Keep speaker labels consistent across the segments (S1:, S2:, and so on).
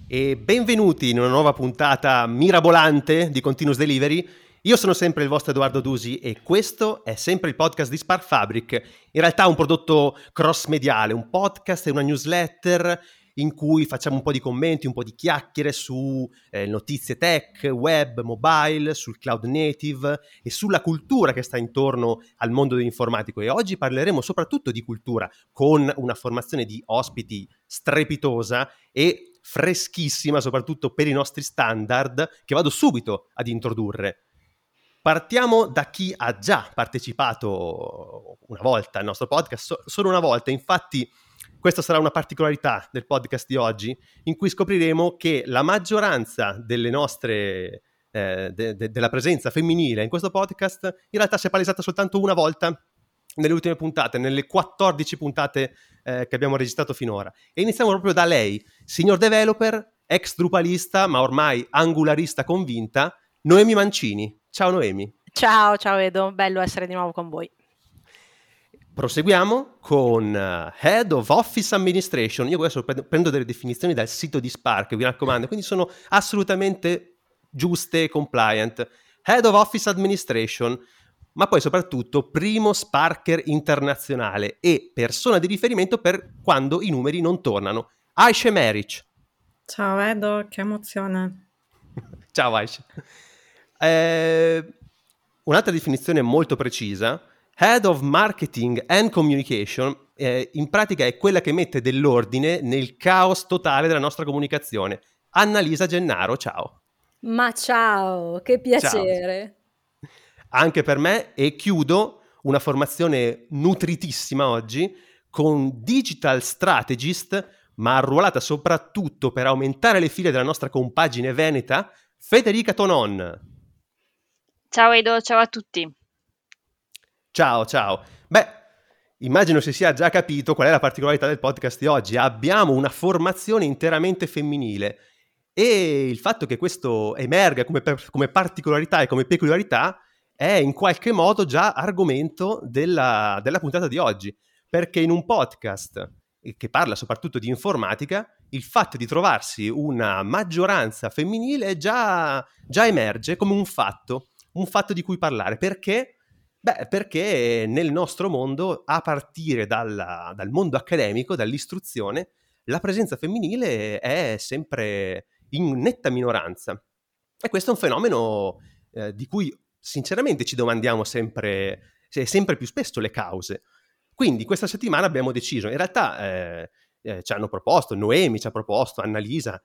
S1: E benvenuti in una nuova puntata mirabolante di Continuous Delivery. Io sono sempre il vostro Edoardo Dusi e questo è sempre il podcast di Spark Fabric. In realtà è un prodotto cross-mediale, un podcast e una newsletter in cui facciamo un po' di commenti, un po' di chiacchiere su notizie tech, web, mobile, sul cloud native e sulla cultura che sta intorno al mondo dell'informatico. E oggi parleremo soprattutto di cultura con una formazione di ospiti strepitosa e freschissima, soprattutto per i nostri standard, che vado subito ad introdurre. Partiamo da chi ha già partecipato una volta al nostro podcast, solo una volta. Infatti questa sarà una particolarità del podcast di oggi, in cui scopriremo che la maggioranza delle nostre della presenza femminile in questo podcast in realtà si è palesata soltanto una volta nelle ultime puntate, nelle 14 puntate che abbiamo registrato finora. E iniziamo proprio da lei, signor developer, ex drupalista, ma ormai angularista convinta, Noemi Mancini. Ciao Noemi.
S2: Ciao Edo, bello essere di nuovo con voi.
S1: Proseguiamo con Head of Office Administration. Io adesso prendo delle definizioni dal sito di Spark, vi raccomando, quindi sono assolutamente giuste e compliant. Head of Office Administration, ma poi soprattutto primo Sparker internazionale e persona di riferimento per quando i numeri non tornano. Aisha Meric.
S3: Ciao Edo, che emozione.
S1: Ciao Aisha. Un'altra definizione molto precisa, Head of Marketing and Communication, in pratica è quella che mette dell'ordine nel caos totale della nostra comunicazione. Annalisa Gennaro, ciao.
S4: Ma ciao, che piacere.
S1: Ciao. Anche per me, e chiudo una formazione nutritissima oggi con Digital Strategist, ma arruolata soprattutto per aumentare le file della nostra compagine veneta, Federica Tonon.
S5: Ciao Edo, ciao a tutti.
S1: Ciao. Beh, immagino si sia già capito qual è la particolarità del podcast di oggi. Abbiamo una formazione interamente femminile e il fatto che questo emerga come particolarità e come peculiarità è in qualche modo già argomento della puntata di oggi, perché in un podcast che parla soprattutto di informatica, il fatto di trovarsi una maggioranza femminile già emerge come un fatto di cui parlare. Perché? Beh, perché nel nostro mondo, a partire dal mondo accademico, dall'istruzione, la presenza femminile è sempre in netta minoranza. E questo è un fenomeno di cui sinceramente ci domandiamo sempre più spesso le cause. Quindi questa settimana abbiamo deciso, in realtà ci hanno proposto, Noemi ci ha proposto, Annalisa,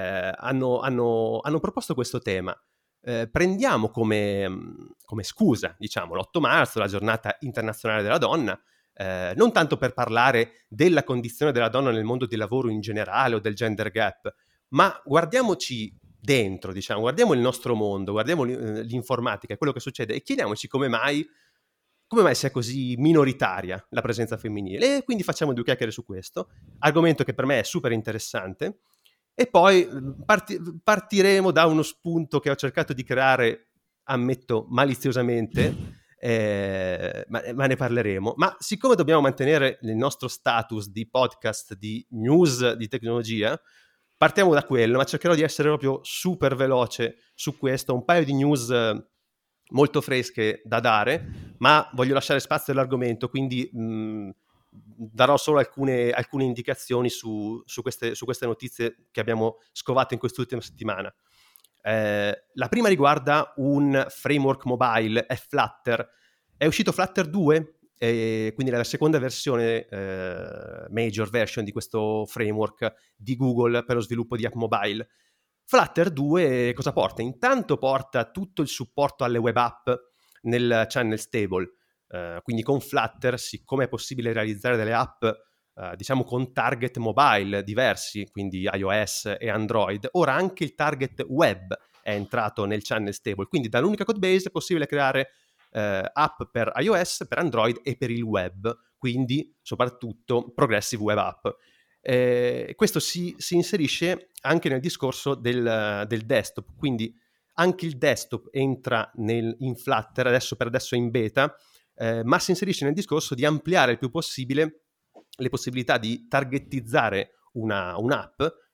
S1: hanno proposto questo tema. Prendiamo come scusa, diciamo, l'8 marzo, la giornata internazionale della donna, non tanto per parlare della condizione della donna nel mondo del lavoro in generale o del gender gap, ma guardiamoci dentro, diciamo, guardiamo il nostro mondo, guardiamo l'informatica e quello che succede e chiediamoci come mai sia così minoritaria la presenza femminile. E quindi facciamo due chiacchiere su questo, argomento che per me è super interessante. E poi partiremo da uno spunto che ho cercato di creare, ammetto, maliziosamente, ma ne parleremo. Ma siccome dobbiamo mantenere il nostro status di podcast, di news, di tecnologia, partiamo da quello, ma cercherò di essere proprio super veloce su questo. Un paio di news molto fresche da dare, ma voglio lasciare spazio all'argomento, quindi darò solo alcune indicazioni su queste notizie che abbiamo scovato in quest'ultima settimana. La prima riguarda un framework mobile, è Flutter. È uscito Flutter 2, quindi la seconda versione, major version di questo framework di Google per lo sviluppo di app mobile. Flutter 2 cosa porta? Intanto porta tutto il supporto alle web app nel channel stable. Quindi con Flutter, siccome è possibile realizzare delle app diciamo con target mobile diversi, quindi iOS e Android, ora anche il target web è entrato nel channel stable, quindi dall'unica codebase è possibile creare app per iOS, per Android e per il web, quindi soprattutto progressive web app. Questo si inserisce anche nel discorso del desktop, quindi anche il desktop entra in Flutter, per adesso è in beta, ma si inserisce nel discorso di ampliare il più possibile le possibilità di targetizzare un'app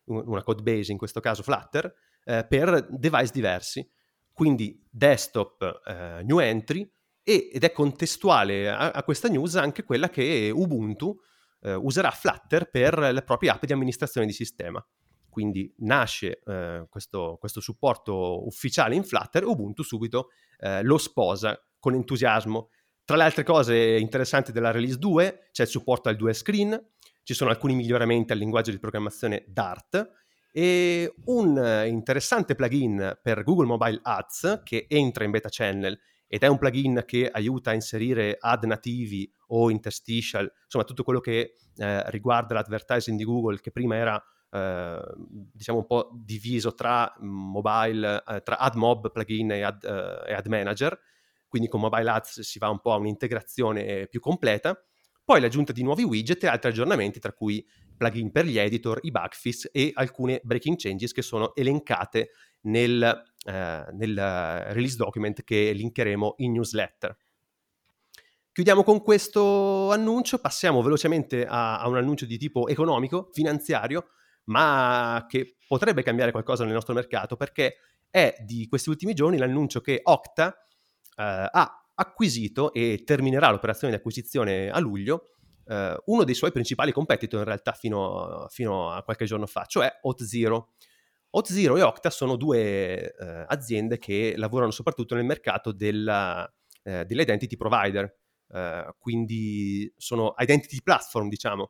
S1: una code base, in questo caso Flutter, per device diversi, quindi desktop, new entry, ed è contestuale a questa news anche quella che Ubuntu userà Flutter per le proprie app di amministrazione di sistema. Quindi nasce questo supporto ufficiale in Flutter e Ubuntu subito lo sposa con entusiasmo. Tra le altre cose interessanti della release 2 c'è il supporto al dual screen, ci sono alcuni miglioramenti al linguaggio di programmazione Dart e un interessante plugin per Google Mobile Ads che entra in beta channel ed è un plugin che aiuta a inserire ad nativi o interstitial, insomma tutto quello che riguarda l'advertising di Google, che prima era diciamo un po' diviso tra mobile, tra AdMob plugin e ad manager, quindi con Mobile Ads si va un po' a un'integrazione più completa. Poi l'aggiunta di nuovi widget e altri aggiornamenti, tra cui plugin per gli editor, i bug fix e alcune breaking changes che sono elencate nel release document che linkeremo in newsletter. Chiudiamo con questo annuncio, passiamo velocemente a un annuncio di tipo economico, finanziario, ma che potrebbe cambiare qualcosa nel nostro mercato, perché è di questi ultimi giorni l'annuncio che Okta ha acquisito e terminerà l'operazione di acquisizione a luglio uno dei suoi principali competitor in realtà fino a qualche giorno fa, cioè Auth0. Auth0 e Okta sono due aziende che lavorano soprattutto nel mercato dell'identity provider, quindi sono identity platform, diciamo.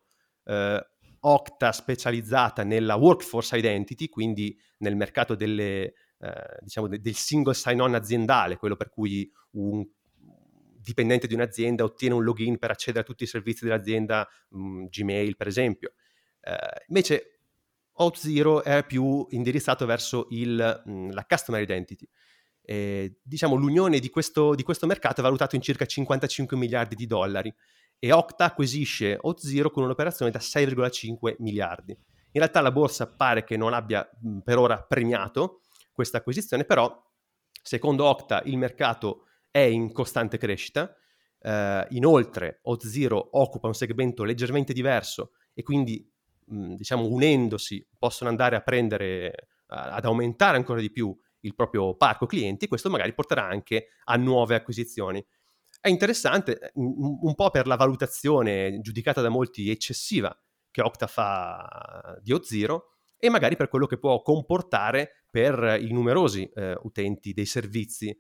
S1: Okta specializzata nella workforce identity, quindi nel mercato diciamo del single sign-on aziendale, quello per cui un dipendente di un'azienda ottiene un login per accedere a tutti i servizi dell'azienda, Gmail per esempio. Invece Auth0 è più indirizzato verso la customer identity. Diciamo l'unione di questo mercato è valutato in circa 55 miliardi di dollari e Okta acquisisce Auth0 con un'operazione da 6,5 miliardi. In realtà la borsa pare che non abbia per ora premiato questa acquisizione, però secondo Okta il mercato è in costante crescita. Inoltre Auth0 occupa un segmento leggermente diverso e quindi diciamo unendosi possono andare a prendere, ad aumentare ancora di più il proprio parco clienti. Questo magari porterà anche a nuove acquisizioni. È interessante un po' per la valutazione giudicata da molti eccessiva che Okta fa di Auth0 e magari per quello che può comportare per i numerosi utenti dei servizi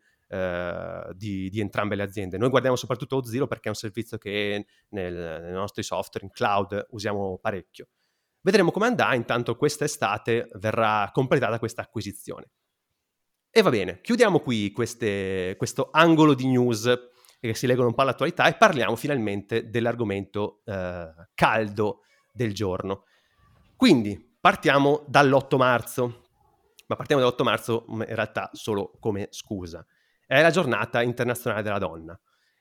S1: di entrambe le aziende. Noi guardiamo soprattutto Auth0 perché è un servizio che nei nostri software in cloud usiamo parecchio. Vedremo come andrà, intanto quest'estate verrà completata questa acquisizione. E va bene, chiudiamo qui questo angolo di news che si legano un po' all'attualità e parliamo finalmente dell'argomento caldo del giorno. Quindi partiamo dall'8 marzo, ma partiamo dall'8 marzo in realtà solo come scusa. È la giornata internazionale della donna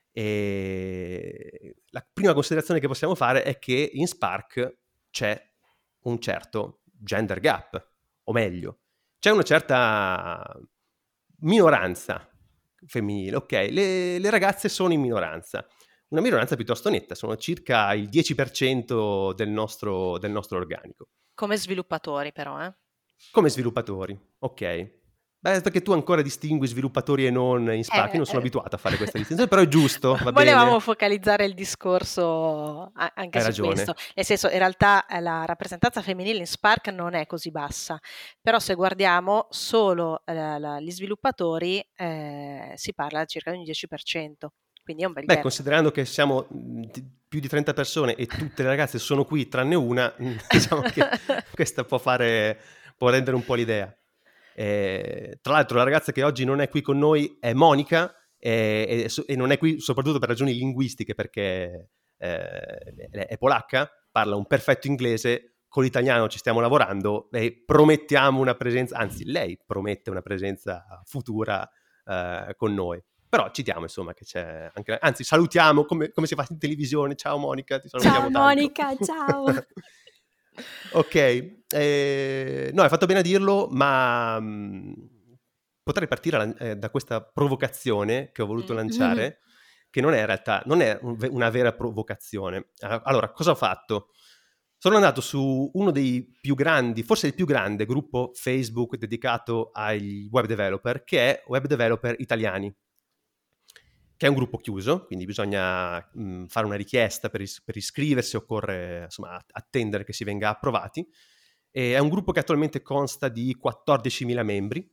S1: e la prima considerazione che possiamo fare è che in Spark c'è un certo gender gap, o meglio, c'è una certa minoranza femminile, ok? Le ragazze sono in minoranza, una minoranza piuttosto netta, sono circa il 10% del nostro organico.
S2: Come sviluppatori però,
S1: Come sviluppatori, ok. Beh, perché tu ancora distingui sviluppatori e non in Spark, io non sono abituato a fare questa distinzione, però è giusto, va
S2: Volevamo
S1: bene.
S2: focalizzare il discorso anche
S1: Hai
S2: su
S1: ragione.
S2: questo, nel senso in realtà la rappresentanza femminile in Spark non è così bassa, però se guardiamo solo gli sviluppatori si parla circa di un 10%, quindi è un bel gap.
S1: Considerando che siamo più di 30 persone e tutte le ragazze sono qui tranne una, diciamo che questa può rendere un po' l'idea. Tra l'altro la ragazza che oggi non è qui con noi è Monica e non è qui soprattutto per ragioni linguistiche perché è polacca, parla un perfetto inglese, con l'italiano ci stiamo lavorando e promettiamo una presenza, anzi lei promette una presenza futura con noi. Però citiamo insomma che c'è anche, anzi salutiamo come si fa in televisione. Ciao Monica, ti salutiamo.
S4: Ciao Monica, ciao.
S1: Ok, no, hai fatto bene a dirlo, ma potrei partire da questa provocazione che ho voluto lanciare, che non è in realtà una vera provocazione. Allora, cosa ho fatto? sono andato su uno dei più grandi, forse il più grande gruppo Facebook dedicato ai web developer, che è Web Developer Italiani, che è un gruppo chiuso, quindi bisogna fare una richiesta per iscriversi, occorre insomma attendere che si venga approvati. E è un gruppo che attualmente consta di 14.000 membri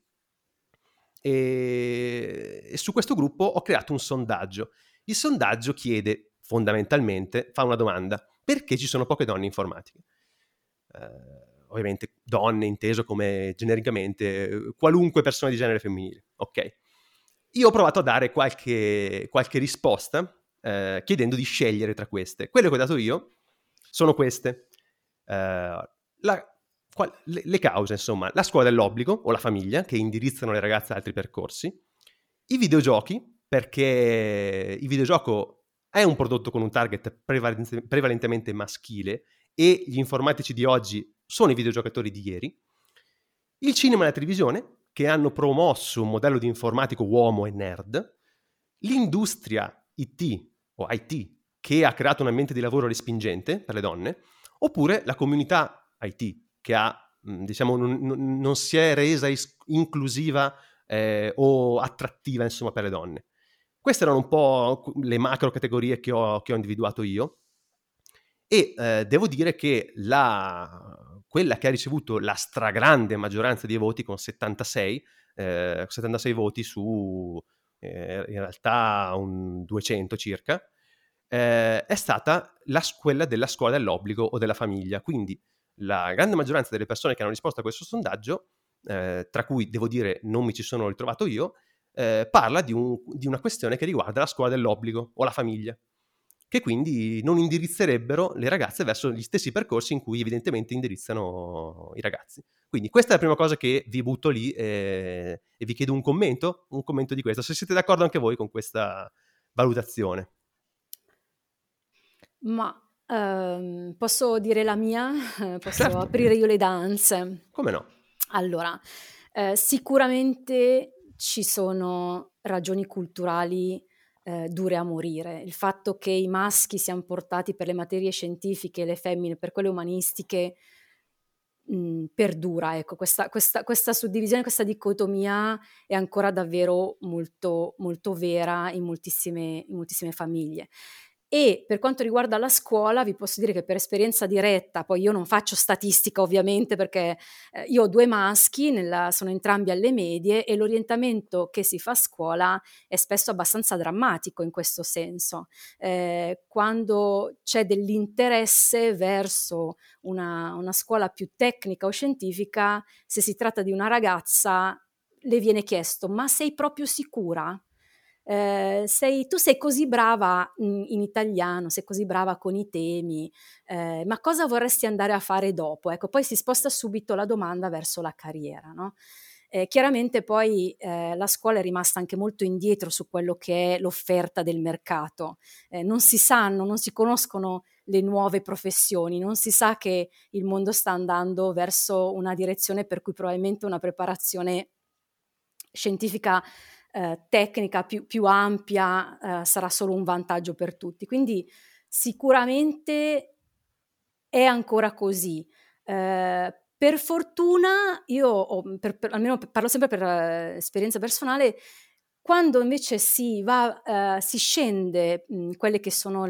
S1: e su questo gruppo ho creato un sondaggio. Il sondaggio chiede, fondamentalmente, fa una domanda: perché ci sono poche donne informatiche? Ovviamente donne inteso come genericamente qualunque persona di genere femminile, ok? Io ho provato a dare qualche risposta chiedendo di scegliere tra queste. Quelle che ho dato io sono queste. Le cause, insomma, la scuola dell'obbligo o la famiglia che indirizzano le ragazze ad altri percorsi, i videogiochi, perché il videogioco è un prodotto con un target prevalentemente maschile e gli informatici di oggi sono i videogiocatori di ieri, il cinema e la televisione, che hanno promosso un modello di informatico uomo e nerd, l'industria IT o IT, che ha creato un ambiente di lavoro respingente per le donne, oppure la comunità IT, che ha, diciamo, non si è resa inclusiva o attrattiva, insomma, per le donne. Queste erano un po' le macro categorie che ho individuato io, e devo dire che quella che ha ricevuto la stragrande maggioranza dei voti, con 76 voti su in realtà un 200 circa, è stata quella della scuola dell'obbligo o della famiglia. Quindi la grande maggioranza delle persone che hanno risposto a questo sondaggio, tra cui devo dire non mi ci sono ritrovato io, parla di una questione che riguarda la scuola dell'obbligo o la famiglia, che quindi non indirizzerebbero le ragazze verso gli stessi percorsi in cui evidentemente indirizzano i ragazzi. Quindi questa è la prima cosa che vi butto lì e vi chiedo un commento di questo, se siete d'accordo anche voi con questa valutazione.
S4: Ma posso dire la mia? Posso
S1: Certo.
S4: aprire io le danze?
S1: Come no?
S4: Allora, sicuramente ci sono ragioni culturali dure a morire. Il fatto che i maschi siano portati per le materie scientifiche e le femmine per quelle umanistiche perdura, ecco, questa suddivisione, questa dicotomia è ancora davvero molto, molto vera in moltissime famiglie. E per quanto riguarda la scuola, vi posso dire che per esperienza diretta, poi io non faccio statistica ovviamente perché io ho 2 maschi, sono entrambi alle medie, e l'orientamento che si fa a scuola è spesso abbastanza drammatico in questo senso. Quando c'è dell'interesse verso una scuola più tecnica o scientifica, se si tratta di una ragazza, le viene chiesto: "Ma sei proprio sicura? Tu sei così brava in italiano, sei così brava con i temi, ma cosa vorresti andare a fare dopo?" Ecco, poi si sposta subito la domanda verso la carriera, no? Chiaramente poi la scuola è rimasta anche molto indietro su quello che è l'offerta del mercato. Non si conoscono le nuove professioni, non si sa che il mondo sta andando verso una direzione per cui probabilmente una preparazione scientifica tecnica più ampia sarà solo un vantaggio per tutti. Quindi sicuramente è ancora così. Per fortuna io almeno parlo sempre per esperienza personale, quando invece si scende quelle che sono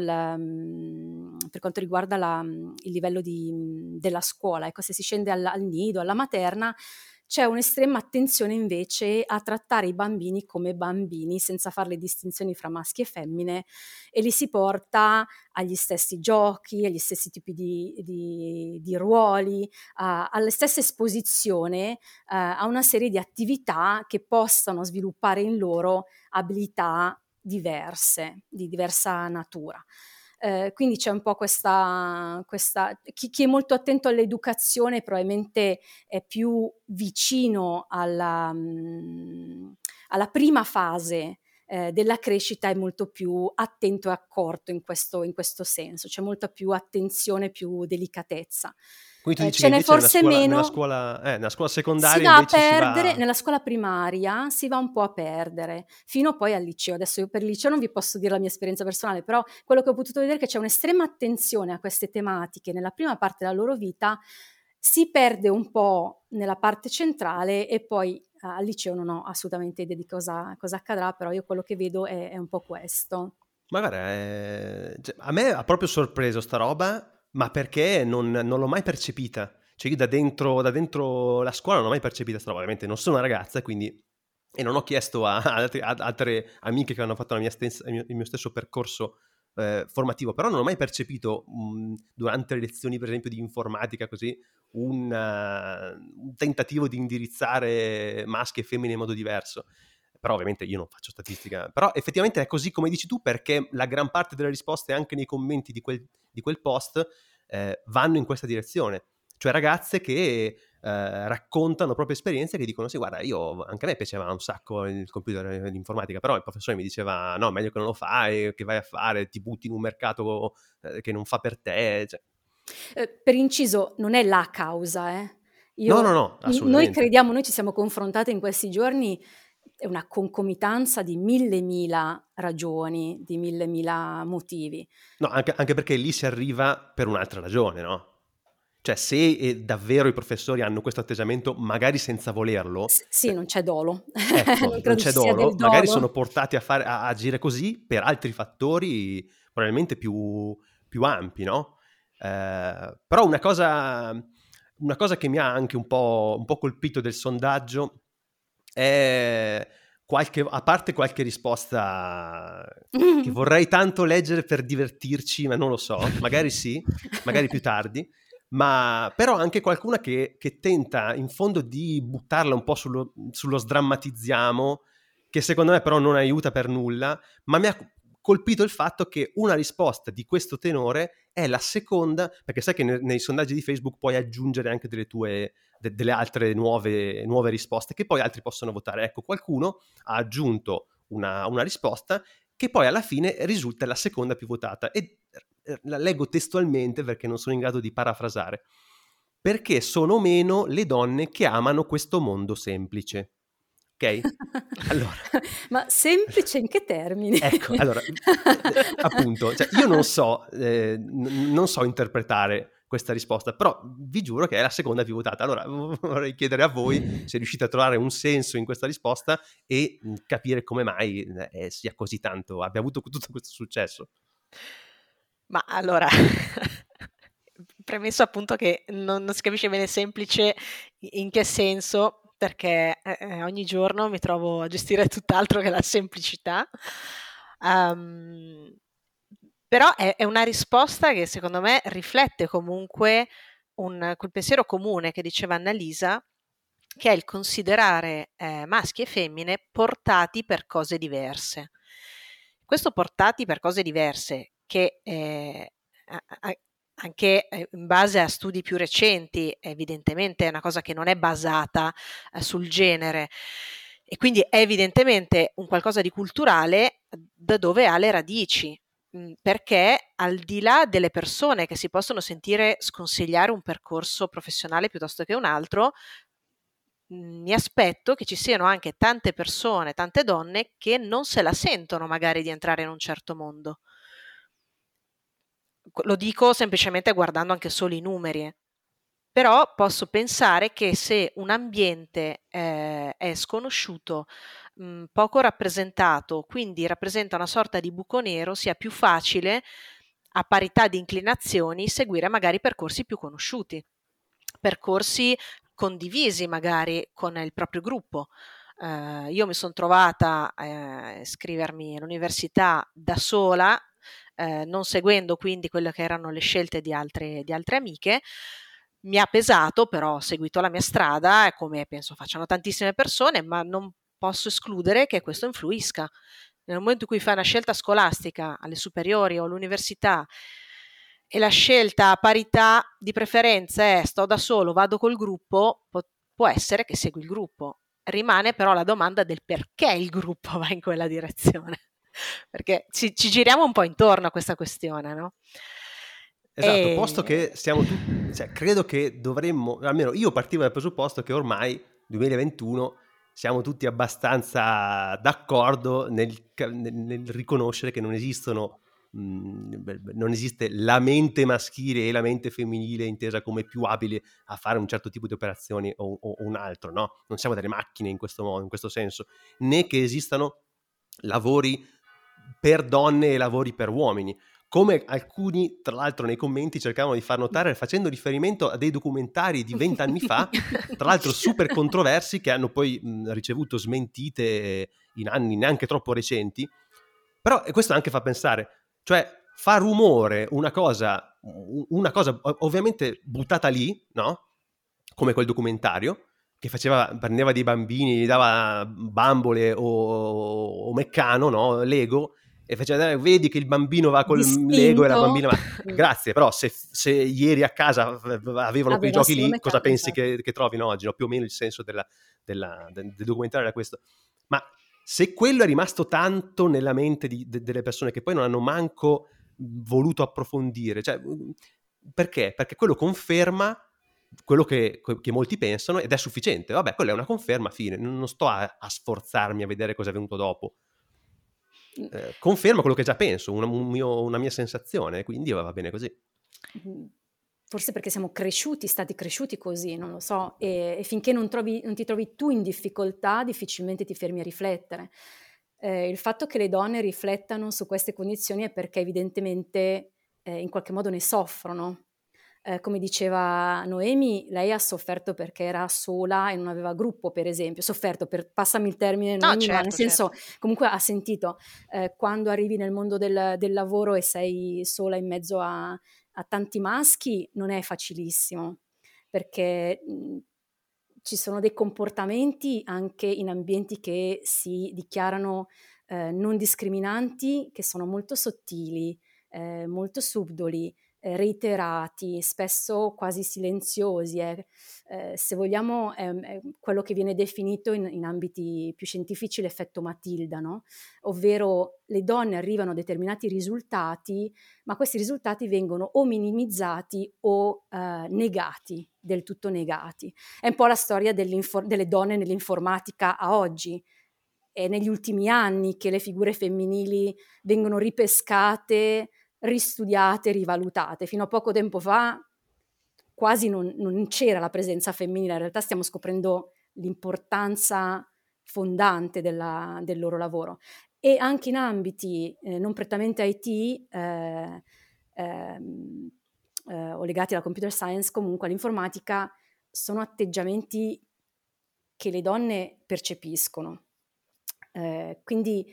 S4: per quanto riguarda il livello della scuola, ecco, se si scende al nido, alla materna, c'è un'estrema attenzione invece a trattare i bambini come bambini, senza fare le distinzioni fra maschi e femmine, e li si porta agli stessi giochi, agli stessi tipi di ruoli, alla stessa esposizione a una serie di attività che possano sviluppare in loro abilità diverse, di diversa natura. Quindi c'è un po' questa chi è molto attento all'educazione probabilmente è più vicino alla prima fase della crescita è molto più attento e accorto in questo senso, c'è molta più attenzione, più delicatezza.
S1: Quindi tu dici
S4: Ce
S1: che
S4: n'è
S1: invece
S4: forse meno.
S1: nella scuola
S4: Si
S1: secondaria
S4: va a
S1: invece si
S4: perdere,
S1: va...
S4: nella scuola primaria si va un po' a perdere, fino poi al liceo. Adesso io per il liceo non vi posso dire la mia esperienza personale, però quello che ho potuto vedere è che c'è un'estrema attenzione a queste tematiche nella prima parte della loro vita, si perde un po' nella parte centrale e poi al liceo non ho assolutamente idea di cosa accadrà, però io quello che vedo è un po' questo.
S1: Ma guarda, cioè, a me ha proprio sorpreso sta roba, ma perché non l'ho mai percepita. Cioè io da dentro la scuola non ho mai percepito sta roba. Ovviamente non sono una ragazza, quindi... E non ho chiesto ad altre amiche che hanno fatto il mio stesso percorso formativo, però non ho mai percepito durante le lezioni, per esempio, di informatica, così, un tentativo di indirizzare maschi e femmine in modo diverso. Però ovviamente io non faccio statistica, però effettivamente è così come dici tu, perché la gran parte delle risposte anche nei commenti di quel post vanno in questa direzione, cioè ragazze che raccontano proprie esperienze, che dicono sì, guarda, anche a me piaceva un sacco il computer e l'informatica, però il professore mi diceva no, meglio che non lo fai, che vai a fare, ti butti in un mercato che non fa per te, cioè.
S4: Per inciso, non è la causa,
S1: No, assolutamente.
S4: Noi ci siamo confrontate in questi giorni, è una concomitanza di mille ragioni, di mille motivi.
S1: No, anche perché lì si arriva per un'altra ragione, no? Cioè, se davvero i professori hanno questo atteggiamento, magari senza volerlo...
S4: Sì, non c'è dolo.
S1: Ecco,
S4: Non
S1: non
S4: credo
S1: c'è
S4: ci sia
S1: dolo,
S4: del
S1: magari
S4: dolo.
S1: sono portati a agire così per altri fattori probabilmente più ampi, no? Però una cosa che mi ha anche un po' colpito del sondaggio è a parte qualche risposta che vorrei tanto leggere per divertirci, ma non lo so, magari sì, magari più tardi, ma però anche qualcuna che tenta in fondo di buttarla un po' sullo sdrammatizziamo, che secondo me però non aiuta per nulla, ma mi ha colpito il fatto che una risposta di questo tenore è la seconda, perché sai che nei sondaggi di Facebook puoi aggiungere anche delle altre nuove risposte che poi altri possono votare. Ecco, qualcuno ha aggiunto una risposta che poi alla fine risulta la seconda più votata, e la leggo testualmente perché non sono in grado di parafrasare: perché sono meno le donne che amano questo mondo semplice. Ok? Allora,
S4: ma semplice in che termini?
S1: ecco, allora, appunto, cioè io non so interpretare questa risposta, però vi giuro che è la seconda più votata. Allora vorrei chiedere a voi se riuscite a trovare un senso in questa risposta e capire come mai sia così tanto, abbia avuto tutto questo successo.
S2: Ma allora, premesso appunto che non si capisce bene semplice in che senso, perché ogni giorno mi trovo a gestire tutt'altro che la semplicità. Però è una risposta che secondo me riflette comunque quel pensiero comune che diceva Annalisa, che è il considerare maschi e femmine portati per cose diverse. Questo portati per cose diverse, che anche in base a studi più recenti, evidentemente è una cosa che non è basata sul genere, e quindi è evidentemente un qualcosa di culturale da dove ha le radici, perché al di là delle persone che si possono sentire sconsigliare un percorso professionale piuttosto che un altro, mi aspetto che ci siano anche tante persone, tante donne che non se la sentono magari di entrare in un certo mondo. Lo dico semplicemente guardando anche solo i numeri, però posso pensare che se un ambiente è sconosciuto, poco rappresentato, quindi rappresenta una sorta di buco nero, sia più facile, a parità di inclinazioni, seguire magari percorsi più conosciuti, percorsi condivisi magari con il proprio gruppo. Io mi sono trovata a iscrivermi all'università da sola, non seguendo quindi quelle che erano le scelte di altre amiche. Mi ha pesato, però ho seguito la mia strada, come penso facciano tantissime persone, ma non posso escludere che questo influisca. Nel momento in cui fai una scelta scolastica alle superiori o all'università e la scelta a parità di preferenza è sto da solo, vado col gruppo, può essere che segui il gruppo. rimane però la domanda del perché il gruppo va in quella direzione, perché ci giriamo un po' intorno a questa questione, no?
S1: Esatto, posto che siamo tutti, cioè, credo che dovremmo, almeno io partivo dal presupposto che ormai 2021 siamo tutti abbastanza d'accordo nel riconoscere che non esiste la mente maschile e la mente femminile intesa come più abile a fare un certo tipo di operazioni o un altro, no? Non siamo delle macchine in questo modo, in questo senso, né che esistano lavori per donne e lavori per uomini, come alcuni, tra l'altro, nei commenti cercavano di far notare facendo riferimento a dei documentari di 20 anni fa, tra l'altro super controversi, che hanno poi ricevuto smentite in anni neanche troppo recenti. Però questo anche fa pensare, cioè fa rumore una cosa ovviamente buttata lì, no? Come quel documentario, che prendeva dei bambini, gli dava bambole o Meccano, no? Lego, e faceva, vedi che il bambino va col Lego e la bambina va. Grazie, però se ieri a casa avevano quei giochi lì, cosa pensi che trovino oggi? No? Più o meno il senso del documentario era questo. Ma se quello è rimasto tanto nella mente delle persone che poi non hanno manco voluto approfondire, cioè, perché? Perché quello conferma quello che molti pensano ed è sufficiente. Vabbè, quella è una conferma, fine. Non sto a sforzarmi a vedere cosa è venuto dopo. Conferma quello che già penso, una mia sensazione, quindi va bene così.
S4: Forse perché siamo stati cresciuti così, non lo so, e finché non ti trovi tu in difficoltà, difficilmente ti fermi a riflettere. Il fatto che le donne riflettano su queste condizioni è perché evidentemente in qualche modo ne soffrono. Come diceva Noemi, lei ha sofferto perché era sola e non aveva gruppo, per esempio. Passami il termine, Noemi,
S2: certo,
S4: ma nel senso, comunque ha sentito, quando arrivi nel mondo del lavoro e sei sola in mezzo a tanti maschi, non è facilissimo, perché ci sono dei comportamenti anche in ambienti che si dichiarano non discriminanti, che sono molto sottili, molto subdoli, reiterati, spesso quasi silenziosi. Se vogliamo, è quello che viene definito in ambiti più scientifici l'effetto Matilda, no? Ovvero le donne arrivano a determinati risultati, ma questi risultati vengono o minimizzati o negati, del tutto negati. È un po' la storia delle donne nell'informatica a oggi. È negli ultimi anni che le figure femminili vengono ripescate, ristudiate, rivalutate. Fino a poco tempo fa quasi non c'era la presenza femminile, in realtà stiamo scoprendo l'importanza fondante del loro lavoro. E anche in ambiti non prettamente IT o legati alla computer science, comunque all'informatica, sono atteggiamenti che le donne percepiscono. Quindi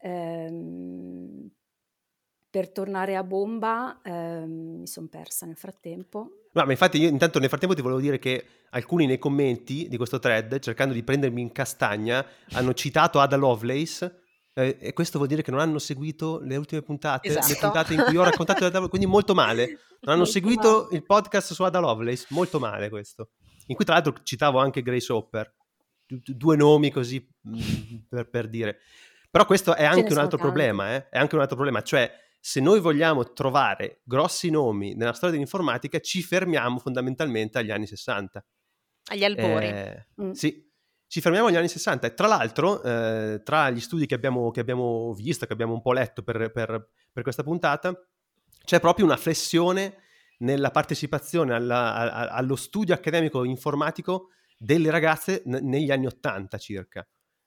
S4: per tornare a bomba, mi sono persa nel frattempo.
S1: No, ma infatti io intanto nel frattempo ti volevo dire che alcuni nei commenti di questo thread, cercando di prendermi in castagna, hanno citato Ada Lovelace, e questo vuol dire che non hanno seguito le ultime puntate,
S2: esatto.
S1: Le puntate in cui ho raccontato Ada Lovelace, quindi molto male. Non hanno seguito il podcast su Ada Lovelace, molto male questo. In cui tra l'altro citavo anche Grace Hopper, due nomi così per dire. Però questo è anche un altro problema, è anche un altro problema, cioè se noi vogliamo trovare grossi nomi nella storia dell'informatica, ci fermiamo fondamentalmente agli anni 60.
S2: Agli albori.
S1: Sì, ci fermiamo agli anni 60. E tra l'altro, tra gli studi che abbiamo visto, che abbiamo un po' letto per questa puntata, c'è proprio una flessione nella partecipazione allo studio accademico informatico delle ragazze negli anni 80 circa.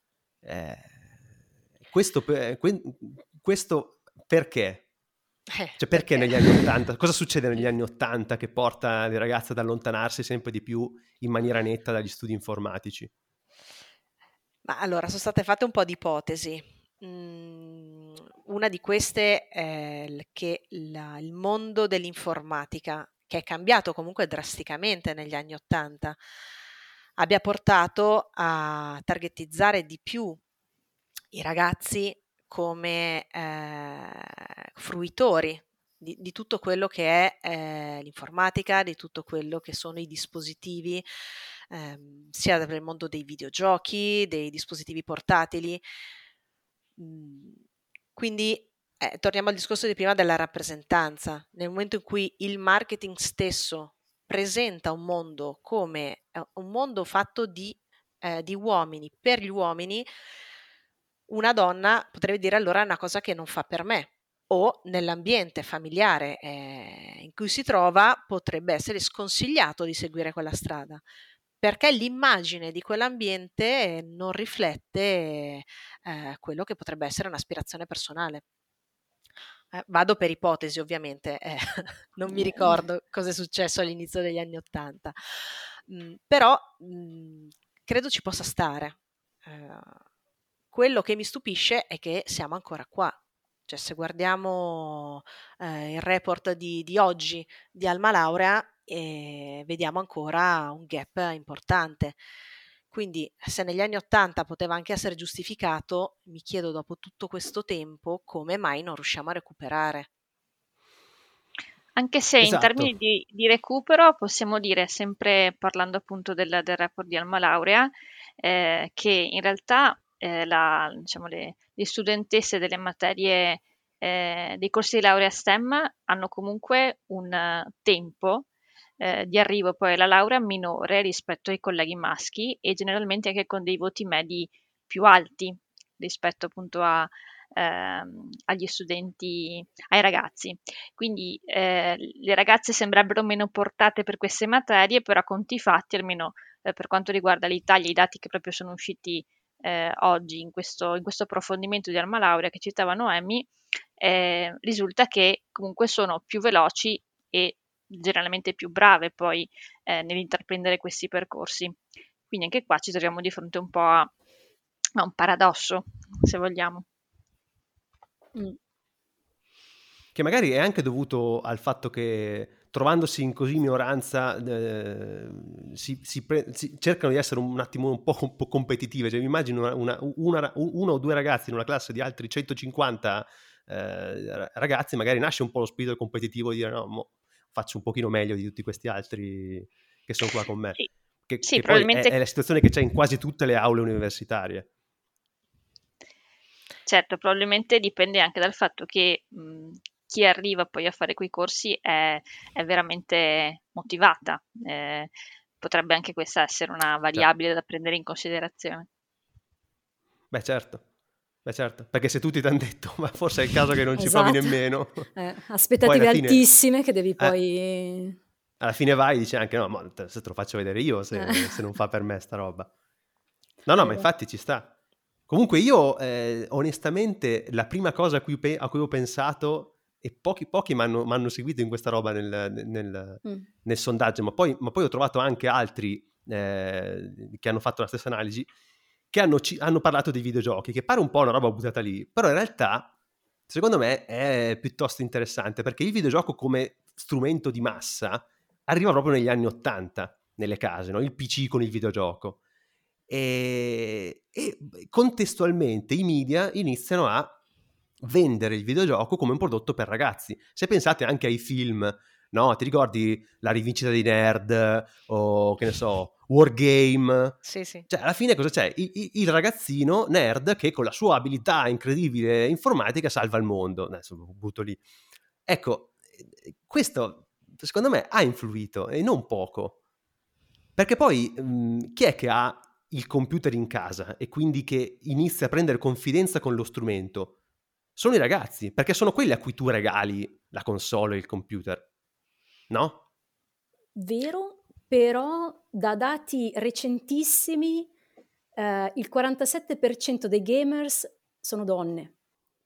S1: Questo perché? Cioè perché negli anni 80? Cosa succede negli anni 80 che porta le ragazze ad allontanarsi sempre di più in maniera netta dagli studi informatici?
S2: Ma allora, sono state fatte un po' di ipotesi. Una di queste è che il mondo dell'informatica, che è cambiato comunque drasticamente negli anni 80, abbia portato a targetizzare di più i ragazzi come fruitori di tutto quello che è l'informatica, di tutto quello che sono i dispositivi sia nel mondo dei videogiochi, dei dispositivi portatili. Quindi torniamo al discorso di prima della rappresentanza. Nel momento in cui il marketing stesso presenta un mondo come un mondo fatto di uomini per gli uomini, una donna potrebbe dire allora è una cosa che non fa per me, o nell'ambiente familiare in cui si trova potrebbe essere sconsigliato di seguire quella strada, perché l'immagine di quell'ambiente non riflette quello che potrebbe essere un'aspirazione personale. Vado per ipotesi, ovviamente, non mi ricordo cosa è successo all'inizio degli anni '80, però credo ci possa stare. Quello che mi stupisce è che siamo ancora qua. Cioè, se guardiamo il report di oggi di Alma Laurea, vediamo ancora un gap importante. Quindi, se negli anni '80 poteva anche essere giustificato, mi chiedo dopo tutto questo tempo come mai non riusciamo a recuperare.
S5: Anche se in
S1: Esatto.
S5: termini di recupero possiamo dire, sempre parlando appunto del report di Alma Laurea, che in realtà diciamo, le studentesse delle materie dei corsi di laurea STEM hanno comunque un tempo di arrivo poi alla laurea minore rispetto ai colleghi maschi e generalmente anche con dei voti medi più alti rispetto appunto agli studenti, ai ragazzi. Quindi le ragazze sembrerebbero meno portate per queste materie, però a conti fatti, almeno per quanto riguarda l'Italia, i dati che proprio sono usciti oggi in questo approfondimento di Alma Laurea che citava Noemi, risulta che comunque sono più veloci e generalmente più brave poi nell'intraprendere questi percorsi. Quindi anche qua ci troviamo di fronte un po' a un paradosso, se vogliamo.
S1: Che magari è anche dovuto al fatto che trovandosi in così minoranza si cercano di essere un attimo un po' competitive. Cioè, mi immagino una o due ragazzi in una classe di altri 150 ragazzi, magari nasce un po' lo spirito competitivo di dire no, faccio un pochino meglio di tutti questi altri che sono qua con me.
S5: Sì,
S1: Che
S5: probabilmente...
S1: poi è la situazione che c'è in quasi tutte le aule universitarie.
S5: Certo, probabilmente dipende anche dal fatto che chi arriva poi a fare quei corsi è veramente motivata. Potrebbe anche questa essere una variabile da prendere in considerazione.
S1: Beh certo, perché se tutti ti hanno detto ma forse è il caso che non ci provi nemmeno.
S4: Aspettative altissime che devi poi...
S1: Alla fine vai e dici anche no, ma se te lo faccio vedere io se non fa per me sta roba. No, ma infatti ci sta. Comunque io onestamente la prima cosa a cui ho pensato, e pochi mi hanno seguito in questa roba nel sondaggio, ma poi ho trovato anche altri che hanno fatto la stessa analisi, che hanno parlato dei videogiochi, che pare un po' una roba buttata lì, però in realtà secondo me è piuttosto interessante, perché il videogioco come strumento di massa arriva proprio negli anni '80 nelle case, no? Il PC con il videogioco. E contestualmente i media iniziano a vendere il videogioco come un prodotto per ragazzi. Se pensate anche ai film, no? Ti ricordi La rivincita dei nerd o che ne so, Wargame?
S2: Sì.
S1: Cioè, alla fine cosa c'è? Il ragazzino nerd che con la sua abilità incredibile informatica salva il mondo. Adesso butto lì. Ecco, questo secondo me ha influito e non poco. Perché poi chi è che ha il computer in casa e quindi che inizia a prendere confidenza con lo strumento? Sono i ragazzi, perché sono quelli a cui tu regali la console e il computer, no?
S4: Vero, però da dati recentissimi il 47% dei gamers sono donne.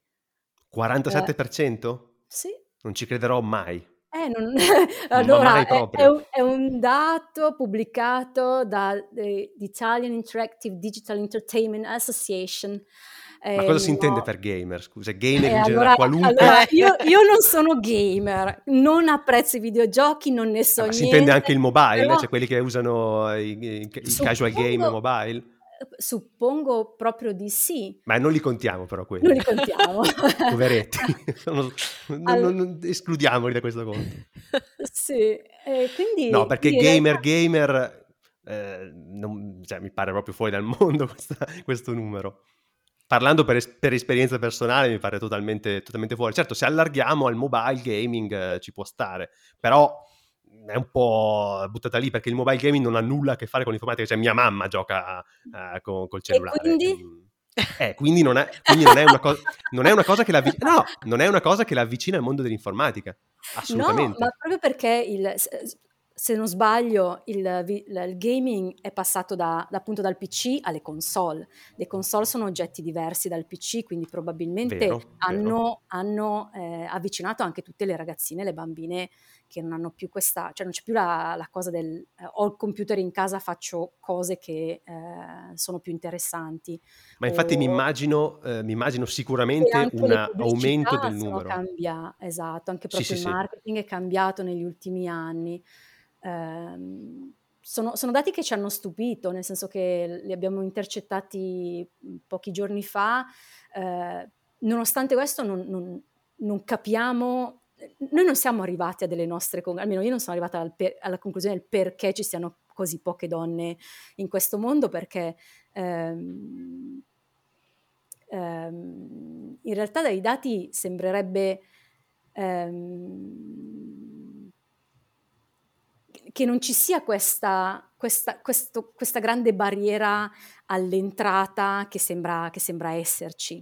S1: 47%?
S4: Sì.
S1: Non ci crederò mai.
S4: Allora,
S1: mai proprio.
S4: è un dato pubblicato da Italian Interactive Digital Entertainment Association.
S1: Ma cosa si intende per gamer? Scusa, gamer in generale, qualunque...
S4: Allora, io non sono gamer, non apprezzo i videogiochi, non ne so
S1: ma
S4: niente.
S1: si intende anche il mobile?
S4: Però,
S1: cioè quelli che usano i casual game mobile?
S4: Suppongo proprio di sì.
S1: Ma non li contiamo però quelli.
S4: Non li contiamo.
S1: Poveretti. Non escludiamoli da questo conto.
S4: Sì, quindi...
S1: No, perché gamer cioè, mi pare proprio fuori dal mondo questo numero. Parlando per esperienza personale mi pare totalmente fuori. Certo, se allarghiamo al mobile gaming ci può stare, però è un po' buttata lì, perché il mobile gaming non ha nulla a che fare con l'informatica. Cioè mia mamma gioca col cellulare. Quindi non è una cosa che non è una cosa che la avvicina al mondo dell'informatica, assolutamente.
S4: No, ma proprio perché se non sbaglio il gaming è passato appunto dal PC alle console. Le console sono oggetti diversi dal PC, quindi probabilmente
S1: Vero.
S4: hanno avvicinato anche tutte le ragazzine, le bambine che non hanno più cioè non c'è più la cosa del ho il computer in casa, faccio cose che sono più interessanti.
S1: Ma infatti mi immagino sicuramente un aumento del numero.
S4: Esatto, anche proprio il marketing è cambiato negli ultimi anni. Sono dati che ci hanno stupito, nel senso che li abbiamo intercettati pochi giorni fa. Nonostante questo non capiamo, noi non siamo arrivati a delle nostre, almeno io non sono arrivata alla conclusione del perché ci siano così poche donne in questo mondo, perché in realtà dai dati sembrerebbe che non ci sia questa grande barriera all'entrata che sembra esserci.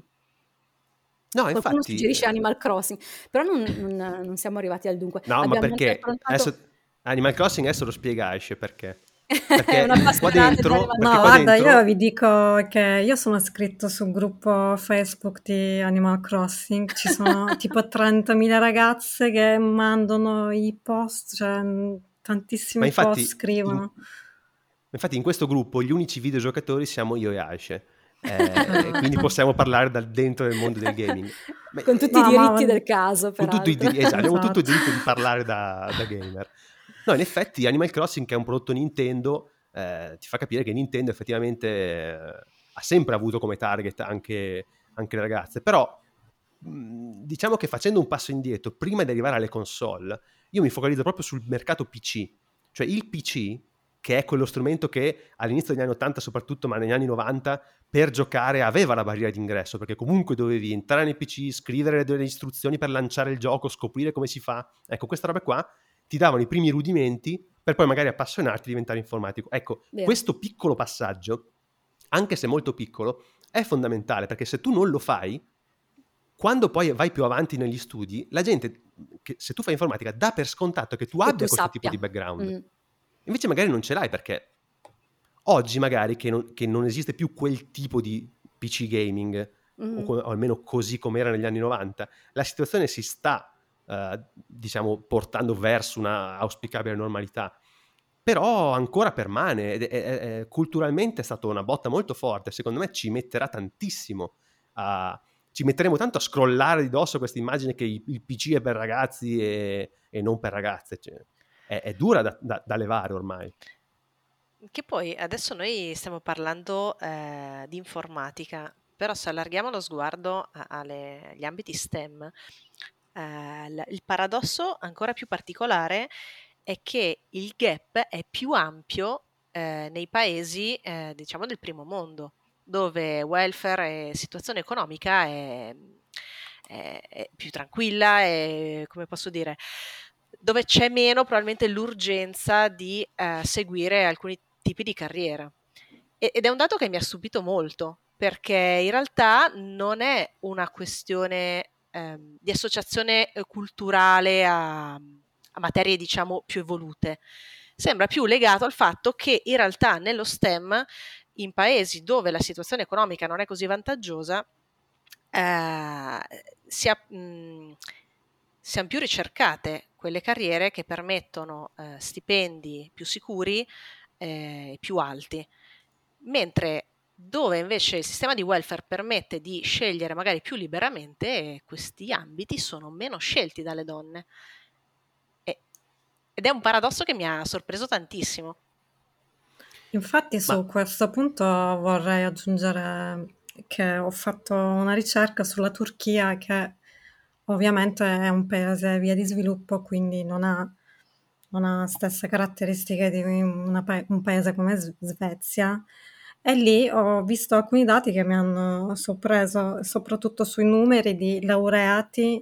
S1: No,
S4: Qualcuno
S1: infatti
S4: suggerisce Animal Crossing, però non siamo arrivati al dunque.
S1: No, ma perché adesso Animal Crossing adesso lo spiega Aisce perché. Perché qua dentro,
S3: no, guarda, io vi dico che io sono iscritto sul gruppo Facebook di Animal Crossing, ci sono tipo 30.000 ragazze che mandano i post, cioè tantissimi post scrivono.
S1: Infatti in questo gruppo gli unici videogiocatori siamo io e Aisce, quindi possiamo parlare dal dentro del mondo del gaming.
S4: Con tutti i diritti del caso, peraltro.
S1: Abbiamo tutto il diritto di parlare da gamer. No, in effetti Animal Crossing, che è un prodotto Nintendo, ti fa capire che Nintendo effettivamente ha sempre avuto come target anche le ragazze, però diciamo che facendo un passo indietro, prima di arrivare alle console, io mi focalizzo proprio sul mercato PC, cioè il PC, che è quello strumento che all'inizio degli anni 80 soprattutto, ma negli anni 90, per giocare aveva la barriera d'ingresso, perché comunque dovevi entrare nel PC, scrivere delle istruzioni per lanciare il gioco, scoprire come si fa. Ecco, questa roba qua ti davano i primi rudimenti per poi magari appassionarti e diventare informatico. Ecco, questo piccolo passaggio, anche se molto piccolo, è fondamentale, perché se tu non lo fai, quando poi vai più avanti negli studi, la gente, se tu fai informatica, dà per scontato che tu abbia questo tipo di background. Invece magari non ce l'hai, perché oggi magari che non esiste più quel tipo di PC gaming, o almeno così come era negli anni 90, la situazione si sta diciamo portando verso una auspicabile normalità, però ancora permane, culturalmente è stata una botta molto forte. Secondo me ci metterà tantissimo ci metteremo tanto a scrollare di dosso questa immagine che il PC è per ragazzi e non per ragazze, cioè, è dura da levare ormai.
S2: Che poi adesso noi stiamo parlando di informatica, però se allarghiamo lo sguardo agli ambiti STEM, il paradosso ancora più particolare è che il gap è più ampio nei paesi diciamo del primo mondo, dove welfare e situazione economica è più tranquilla e, come posso dire, dove c'è meno probabilmente l'urgenza di seguire alcuni tipi di carriera. Ed è un dato che mi ha stupito molto, perché in realtà non è una questione di associazione culturale a materie, diciamo, più evolute. Sembra più legato al fatto che in realtà nello STEM, in paesi dove la situazione economica non è così vantaggiosa, siano più ricercate quelle carriere che permettono stipendi più sicuri e più alti, mentre dove invece il sistema di welfare permette di scegliere magari più liberamente, questi ambiti sono meno scelti dalle donne. Ed è un paradosso che mi ha sorpreso tantissimo.
S3: Infatti su questo punto vorrei aggiungere che ho fatto una ricerca sulla Turchia, che ovviamente è un paese via di sviluppo, quindi non ha non ha stesse caratteristiche di un paese come Svezia. E lì ho visto alcuni dati che mi hanno sorpreso, soprattutto sui numeri di laureati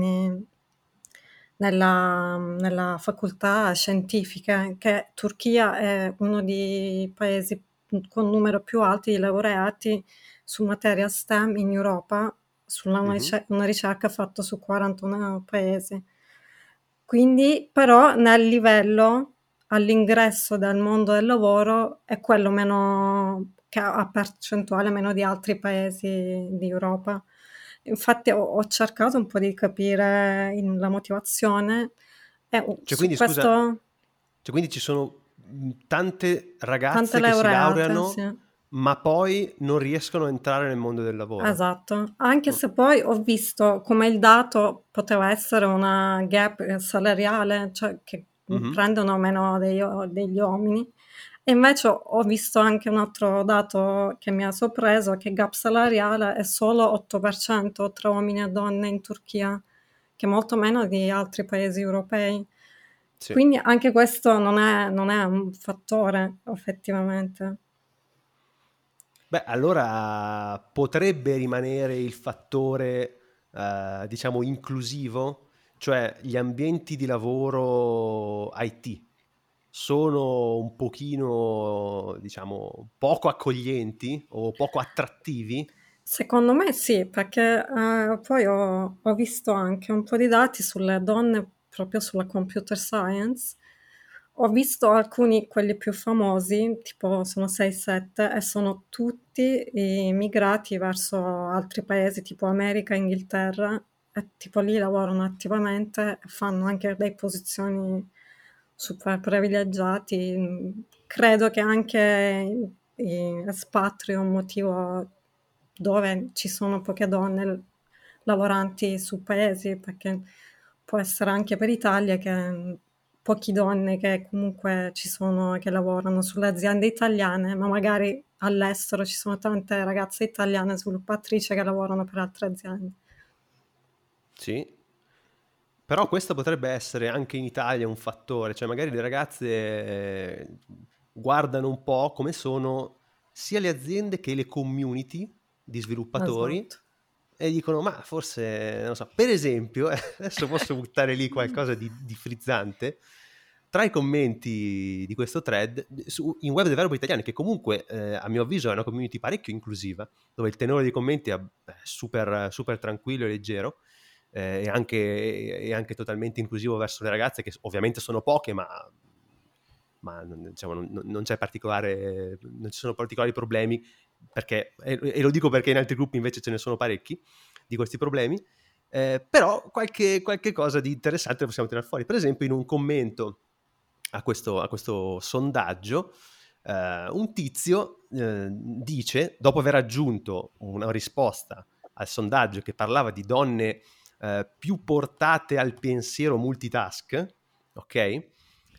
S3: nella facoltà scientifica, che Turchia è uno dei paesi con numero più alti di laureati su materia STEM in Europa, una ricerca fatta su 41 paesi. Quindi, però, nel livello all'ingresso del mondo del lavoro è quello meno, che ha percentuale meno di altri paesi di Europa. Infatti ho cercato un po' di capire la motivazione
S1: Cioè,
S3: su
S1: quindi, scusa,
S3: questo,
S1: quindi ci sono tante
S3: tante
S1: ragazze che si
S3: laureate,
S1: laureano,
S3: sì.
S1: ma poi non riescono a entrare nel mondo del lavoro.
S3: Esatto, anche
S1: Mm.
S3: se poi ho visto come il dato poteva essere una gap salariale, cioè che prendono meno degli uomini, e invece ho visto anche un altro dato che mi ha sorpreso, che il gap salariale è solo 8% tra uomini e donne in Turchia, che è molto meno di altri paesi europei.
S1: Sì.
S3: Quindi anche questo non è un fattore, effettivamente.
S1: Beh, allora potrebbe rimanere il fattore, diciamo, inclusivo, cioè gli ambienti di lavoro IT sono un pochino, diciamo, poco accoglienti o poco attrattivi?
S3: Secondo me sì, perché poi ho visto anche un po' di dati sulle donne proprio sulla computer science. Ho visto alcuni, quelli più famosi, tipo sono 6-7, e sono tutti migrati verso altri paesi, tipo America, Inghilterra, e tipo lì lavorano attivamente e fanno anche delle posizioni super privilegiati. Credo che anche espatrio è un motivo dove ci sono poche donne lavoranti su paesi, perché può essere anche per l'Italia che poche donne che comunque ci sono, che lavorano sulle aziende italiane, ma magari all'estero ci sono tante ragazze italiane sviluppatrici che lavorano per altre aziende.
S1: Sì. Però questo potrebbe essere anche in Italia un fattore, cioè magari le ragazze guardano un po' come sono sia le aziende che le community di sviluppatori.
S3: Esatto.
S1: E dicono, ma forse, non so, per esempio, adesso posso buttare lì qualcosa di frizzante, tra i commenti di questo thread, in Web Developer Italiani, che comunque a mio avviso è una community parecchio inclusiva, dove il tenore dei commenti è super, super tranquillo e leggero, e anche totalmente inclusivo verso le ragazze, che ovviamente sono poche, ma diciamo, non c'è particolare, non ci sono particolari problemi, perché, e lo dico perché in altri gruppi invece ce ne sono parecchi di questi problemi, però qualche cosa di interessante possiamo tirare fuori. Per esempio, in un commento a questo sondaggio, un tizio dice, dopo aver aggiunto una risposta al sondaggio che parlava di donne più portate al pensiero multitask, ok?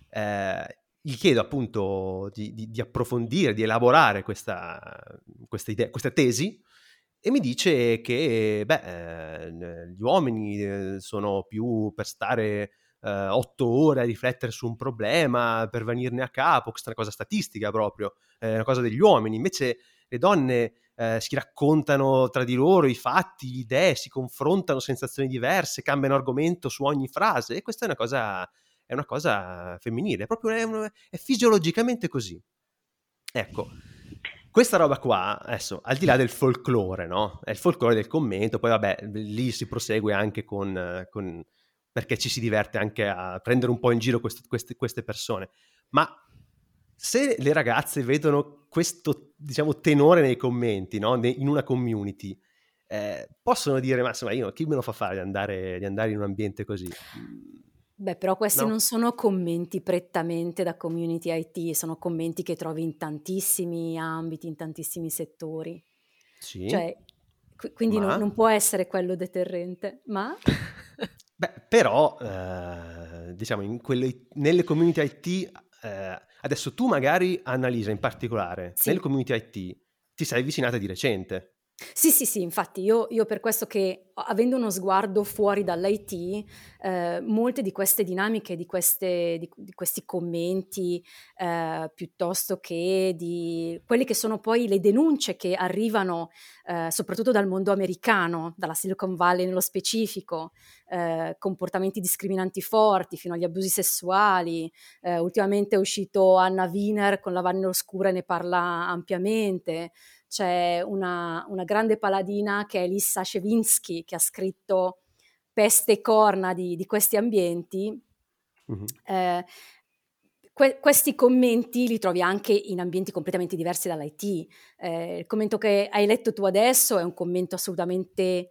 S1: Gli chiedo appunto di approfondire, di elaborare questa idea, questa tesi, e mi dice che gli uomini sono più per stare 8 ore a riflettere su un problema, per venirne a capo, questa è una cosa statistica proprio, è una cosa degli uomini. Invece le donne si raccontano tra di loro i fatti, le idee, si confrontano sensazioni diverse, cambiano argomento su ogni frase, e questa è una cosa femminile, proprio è fisiologicamente così. Ecco, questa roba qua, adesso, al di là del folklore, no? È il folklore del commento, poi vabbè, lì si prosegue anche con perché ci si diverte anche a prendere un po' in giro queste persone. Ma se le ragazze vedono questo, diciamo, tenore nei commenti, no? In una community, possono dire, ma insomma, chi me lo fa fare di andare in un ambiente così?
S4: Beh, però questi
S1: No?
S4: non sono commenti prettamente da community IT, sono commenti che trovi in tantissimi ambiti, in tantissimi settori.
S1: Sì.
S4: Cioè, quindi
S1: ma...
S4: non può essere quello deterrente, ma...
S1: Beh, però, diciamo, nelle community IT, adesso tu magari, Annalisa, in particolare,
S4: Sì.
S1: nelle community IT ti sei avvicinata di recente.
S4: Sì, infatti io per questo che, avendo uno sguardo fuori dall'IT, molte di queste dinamiche, di questi commenti, piuttosto che di quelli che sono poi le denunce che arrivano, soprattutto dal mondo americano, dalla Silicon Valley nello specifico, comportamenti discriminanti forti fino agli abusi sessuali. Ultimamente è uscito Anna Wiener con La Vanna Oscura e ne parla ampiamente. C'è una grande paladina che è Lissa Szewiński, che ha scritto peste e corna di questi ambienti.
S1: Mhm.
S4: Questi commenti li trovi anche in ambienti completamente diversi dall'IT. Il commento che hai letto tu adesso è un commento assolutamente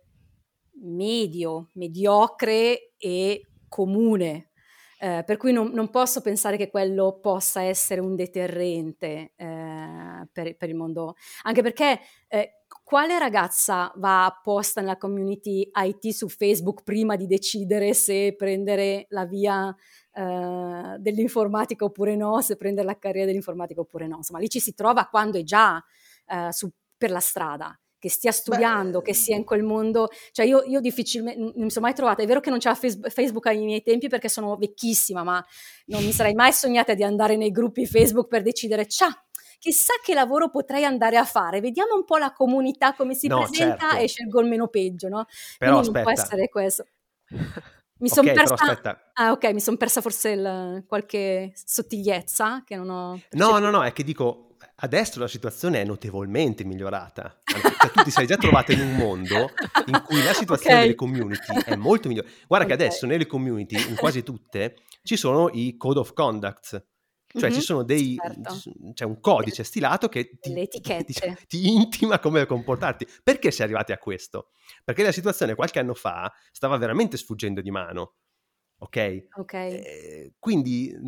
S4: mediocre e comune. Per cui non posso pensare che quello possa essere un deterrente per il mondo, anche perché quale ragazza va apposta nella community IT su Facebook prima di decidere se prendere la via dell'informatica oppure no, se prendere la carriera dell'informatica oppure no? Insomma, lì ci si trova quando è già per la strada, che stia studiando, che sia in quel mondo. Cioè io difficilmente, non mi sono mai trovata, è vero che non c'era Facebook ai miei tempi perché sono vecchissima, ma non mi sarei mai sognata di andare nei gruppi Facebook per decidere, chissà che lavoro potrei andare a fare, vediamo un po' la comunità come si
S1: No,
S4: presenta
S1: certo.
S4: e scelgo il meno peggio, no?
S1: Però
S4: Quindi non può
S1: aspetta.
S4: essere questo. Mi son
S1: Ok, però
S4: persa
S1: aspetta.
S4: ok, mi son persa forse qualche sottigliezza che non ho
S1: No,
S4: percepito.
S1: è che dico, adesso la situazione è notevolmente migliorata. Cioè, tu ti sei già trovata in un mondo in cui la situazione delle
S4: Okay.
S1: community è molto migliore. Guarda che
S4: Okay.
S1: adesso nelle community, in quasi tutte, ci sono i code of conduct. Cioè ci sono
S4: Certo.
S1: c'è un codice stilato che
S4: Delle
S1: diciamo,
S4: etichette.
S1: ti intima come comportarti. Perché si è arrivati a questo? Perché la situazione qualche anno fa stava veramente sfuggendo di mano, ok?
S4: Okay.
S1: Quindi,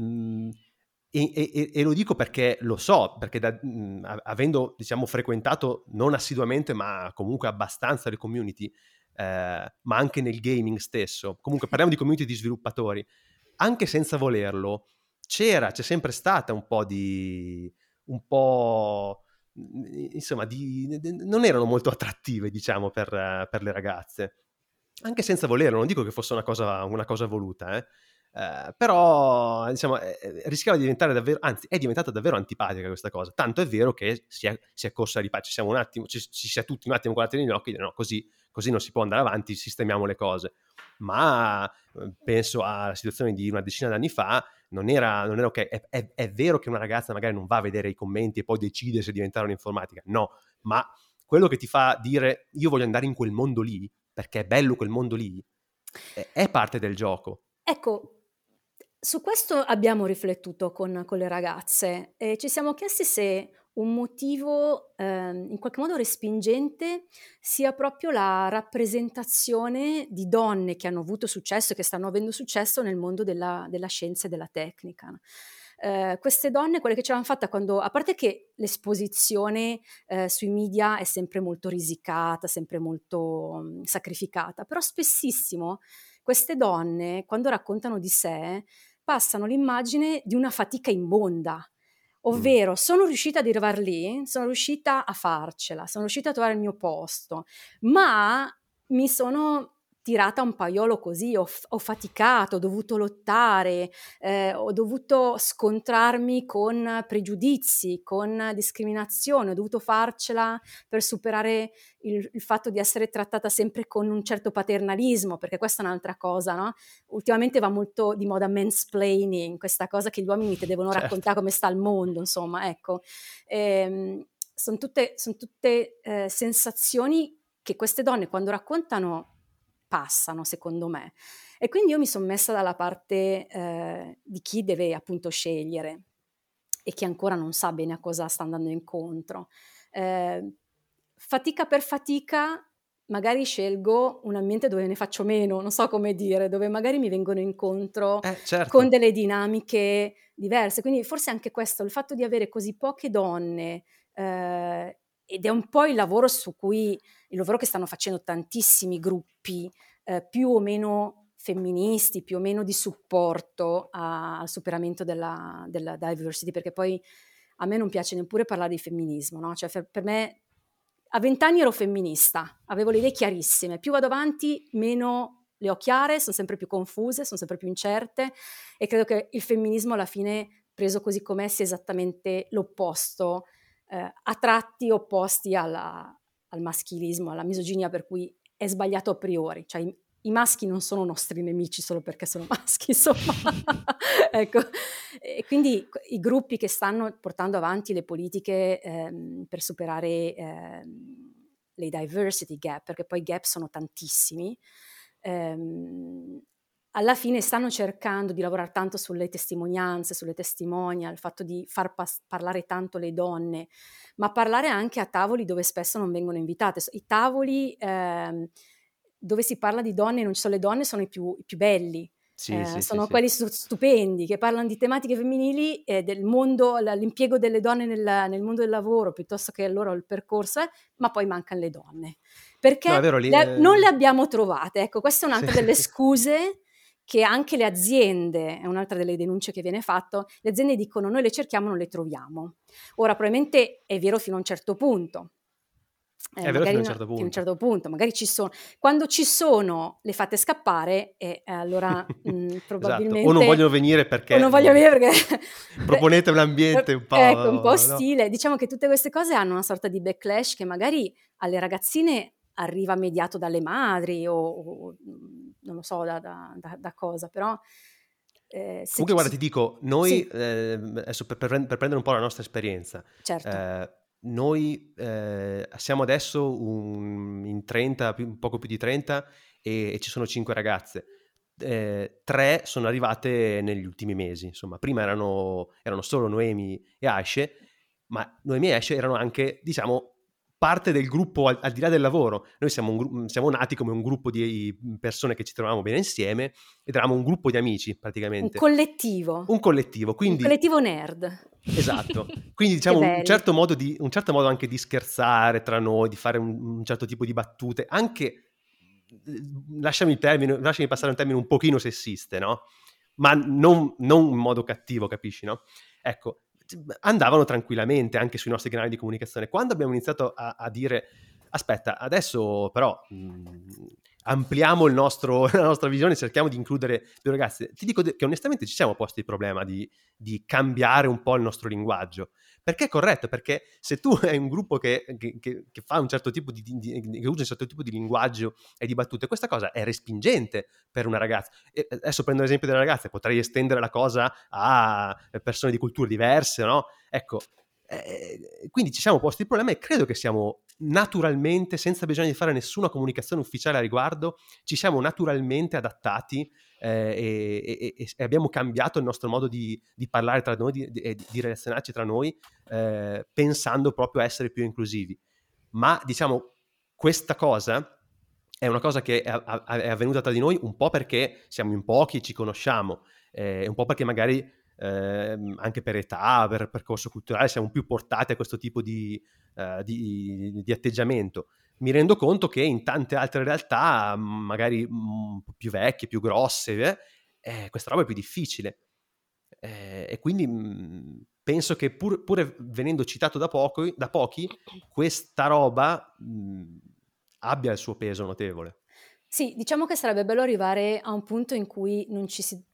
S1: e lo dico perché lo so, perché avendo, diciamo, frequentato non assiduamente, ma comunque abbastanza le community, ma anche nel gaming stesso, comunque parliamo di community di sviluppatori, anche senza volerlo, c'è sempre stata un po', insomma, non erano molto attrattive, diciamo, per le ragazze. Anche senza volerlo, non dico che fosse una cosa voluta, però, diciamo, rischiava di diventare davvero, anzi, è diventata davvero antipatica questa cosa. Tanto è vero che si è corsa di pace, siamo un attimo, ci si è tutti un attimo con la tela negli occhi, no, così non si può andare avanti, sistemiamo le cose. Ma penso alla situazione di una decina d'anni fa, non era ok. È vero che una ragazza magari non va a vedere i commenti e poi decide se diventare un'informatica, no, ma quello che ti fa dire io voglio andare in quel mondo lì, perché è bello quel mondo lì, è parte del gioco.
S4: Ecco, su questo abbiamo riflettuto con le ragazze e ci siamo chiesti se un motivo, in qualche modo respingente sia proprio la rappresentazione di donne che hanno avuto successo e che stanno avendo successo nel mondo della scienza e della tecnica. Queste donne, quelle che ce l'han fatta quando, a parte che l'esposizione, sui media è sempre molto risicata, sempre molto, sacrificata, però spessissimo queste donne, quando raccontano di sé, passano l'immagine di una fatica imbonda, ovvero: sono riuscita ad arrivar lì, sono riuscita a farcela, sono riuscita a trovare il mio posto, ma mi sono tirata un paiolo così, ho faticato, ho dovuto lottare, ho dovuto scontrarmi con pregiudizi, con discriminazione, ho dovuto farcela per superare il fatto di essere trattata sempre con un certo paternalismo, perché questa è un'altra cosa, no? Ultimamente va molto di moda mansplaining, questa cosa che gli uomini ti devono
S1: Certo.
S4: raccontare come sta il mondo, insomma, ecco. Sono tutte sensazioni che queste donne quando raccontano passano, secondo me. E quindi io mi son messa dalla parte di chi deve appunto scegliere e chi ancora non sa bene a cosa sta andando incontro. Fatica per fatica, magari scelgo un ambiente dove ne faccio meno, non so come dire, dove magari mi vengono incontro
S1: Certo.
S4: con delle dinamiche diverse. Quindi forse anche questo, il fatto di avere così poche donne, ed è un po' il lavoro che stanno facendo tantissimi gruppi, più o meno femministi, più o meno di supporto al superamento della diversity, perché poi a me non piace neppure parlare di femminismo, no? Cioè per me a 20 anni ero femminista, avevo le idee chiarissime, più vado avanti meno le ho chiare, sono sempre più confuse, sono sempre più incerte, e credo che il femminismo alla fine, preso così com'è, sia esattamente l'opposto, a tratti opposti al maschilismo, alla misoginia, per cui è sbagliato a priori, cioè i maschi non sono nostri nemici solo perché sono maschi, insomma. Ecco. E quindi i gruppi che stanno portando avanti le politiche per superare le diversity gap, perché poi gap sono tantissimi, alla fine stanno cercando di lavorare tanto sulle testimonianze, sulle testimonial, il fatto di far parlare tanto le donne, ma parlare anche a tavoli dove spesso non vengono invitate. I tavoli dove si parla di donne e non ci sono le donne sono i più belli. Sono quelli stupendi, che parlano di tematiche femminili, del mondo, l'impiego delle donne nel mondo del lavoro, piuttosto che il loro percorso, ma poi mancano le donne. Perché non le abbiamo trovate. Ecco, questa è un'altra delle scuse che anche le aziende, è un'altra delle denunce che viene fatto, le aziende dicono noi le cerchiamo, non le troviamo. Ora, probabilmente è vero fino a un certo punto.
S1: È vero fino a un certo punto.
S4: Magari ci sono, quando ci sono le fate scappare e allora probabilmente
S1: esatto. O non vogliono venire perché proponete un ambiente un po',
S4: ecco, un po' ostile. Diciamo che tutte queste cose hanno una sorta di backlash che magari alle ragazzine arriva mediato dalle madri o non lo so da cosa, però
S1: comunque guarda, ti dico, noi adesso per prendere un po' la nostra esperienza,
S4: certo.
S1: Noi siamo adesso in 30, poco più di 30, e ci sono 5 ragazze. 3 sono arrivate negli ultimi mesi, insomma. Prima erano solo Noemi e Aisce, ma Noemi e Aisce erano anche, diciamo, parte del gruppo al di là del lavoro. Noi siamo nati come un gruppo di persone che ci trovavamo bene insieme ed eravamo un gruppo di amici praticamente.
S4: Un collettivo, quindi un collettivo nerd.
S1: Esatto, quindi diciamo un certo modo anche di scherzare tra noi, di fare un certo tipo di battute, anche, lasciami passare un termine un pochino sessiste, no? Ma non in modo cattivo, capisci, no? Ecco, andavano tranquillamente anche sui nostri canali di comunicazione. Quando abbiamo iniziato a dire aspetta, adesso però ampliamo la nostra visione, cerchiamo di includere più ragazze, ti dico che onestamente ci siamo posti il problema di cambiare un po' il nostro linguaggio, perché è corretto, perché se tu hai un gruppo che fa un certo tipo che usa un certo tipo di linguaggio e di battute, questa cosa è respingente per una ragazza. E adesso prendo l'esempio delle ragazze, potrei estendere la cosa a persone di culture diverse, no? Ecco, quindi ci siamo posti il problema e credo che siamo naturalmente, senza bisogno di fare nessuna comunicazione ufficiale a riguardo, ci siamo naturalmente adattati e abbiamo cambiato il nostro modo di parlare tra noi, di relazionarci tra noi, pensando proprio a essere più inclusivi. Ma diciamo, questa cosa è una cosa che è avvenuta tra di noi un po' perché siamo in pochi, ci conosciamo, un po' perché magari anche per età, per percorso culturale siamo più portati a questo tipo di atteggiamento. Mi rendo conto che in tante altre realtà, magari un po' più vecchie, più grosse, questa roba è più difficile, e quindi penso che pure venendo citato da pochi, questa roba abbia il suo peso notevole.
S4: Sì, diciamo che sarebbe bello arrivare a un punto in cui non ci si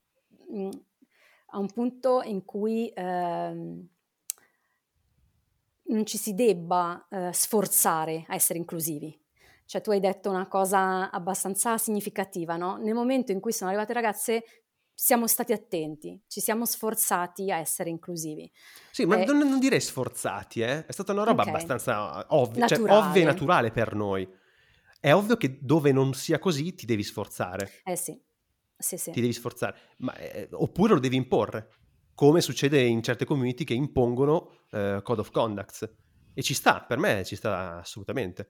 S4: non ci si debba sforzare a essere inclusivi. Cioè tu hai detto una cosa abbastanza significativa, no? Nel momento in cui sono arrivate ragazze siamo stati attenti, ci siamo sforzati a essere inclusivi.
S1: Sì, ma non direi sforzati, è stata una roba abbastanza ovvia, cioè ovvia e naturale per noi. È ovvio che dove non sia così ti devi sforzare.
S4: Sì.
S1: Ti devi sforzare, oppure lo devi imporre, come succede in certe community che impongono code of conduct, e per me ci sta assolutamente.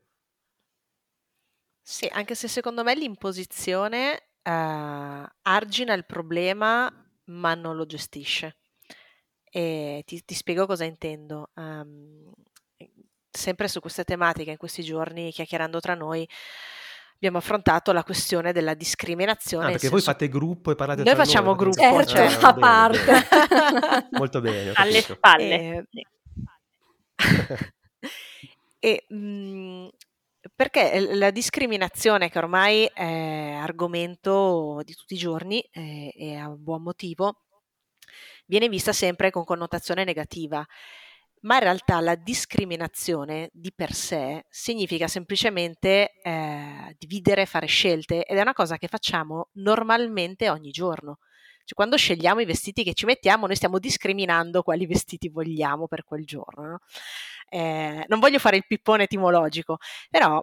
S2: Sì, anche se secondo me l'imposizione argina il problema ma non lo gestisce. E ti spiego cosa intendo. Sempre su queste tematiche, in questi giorni, chiacchierando tra noi, abbiamo affrontato la questione della discriminazione.
S1: Perché voi fate gruppo e parlate
S2: noi
S1: tra
S2: facciamo
S1: noi,
S2: gruppo,
S4: a parte.
S1: Molto bene.
S5: Alle spalle.
S2: Perché la discriminazione, che ormai è argomento di tutti i giorni, e a un buon motivo, viene vista sempre con connotazione negativa, ma in realtà la discriminazione di per sé significa semplicemente dividere, fare scelte, ed è una cosa che facciamo normalmente ogni giorno. Cioè, quando scegliamo i vestiti che ci mettiamo, noi stiamo discriminando quali vestiti vogliamo per quel giorno, no? Non voglio fare il pippone etimologico, però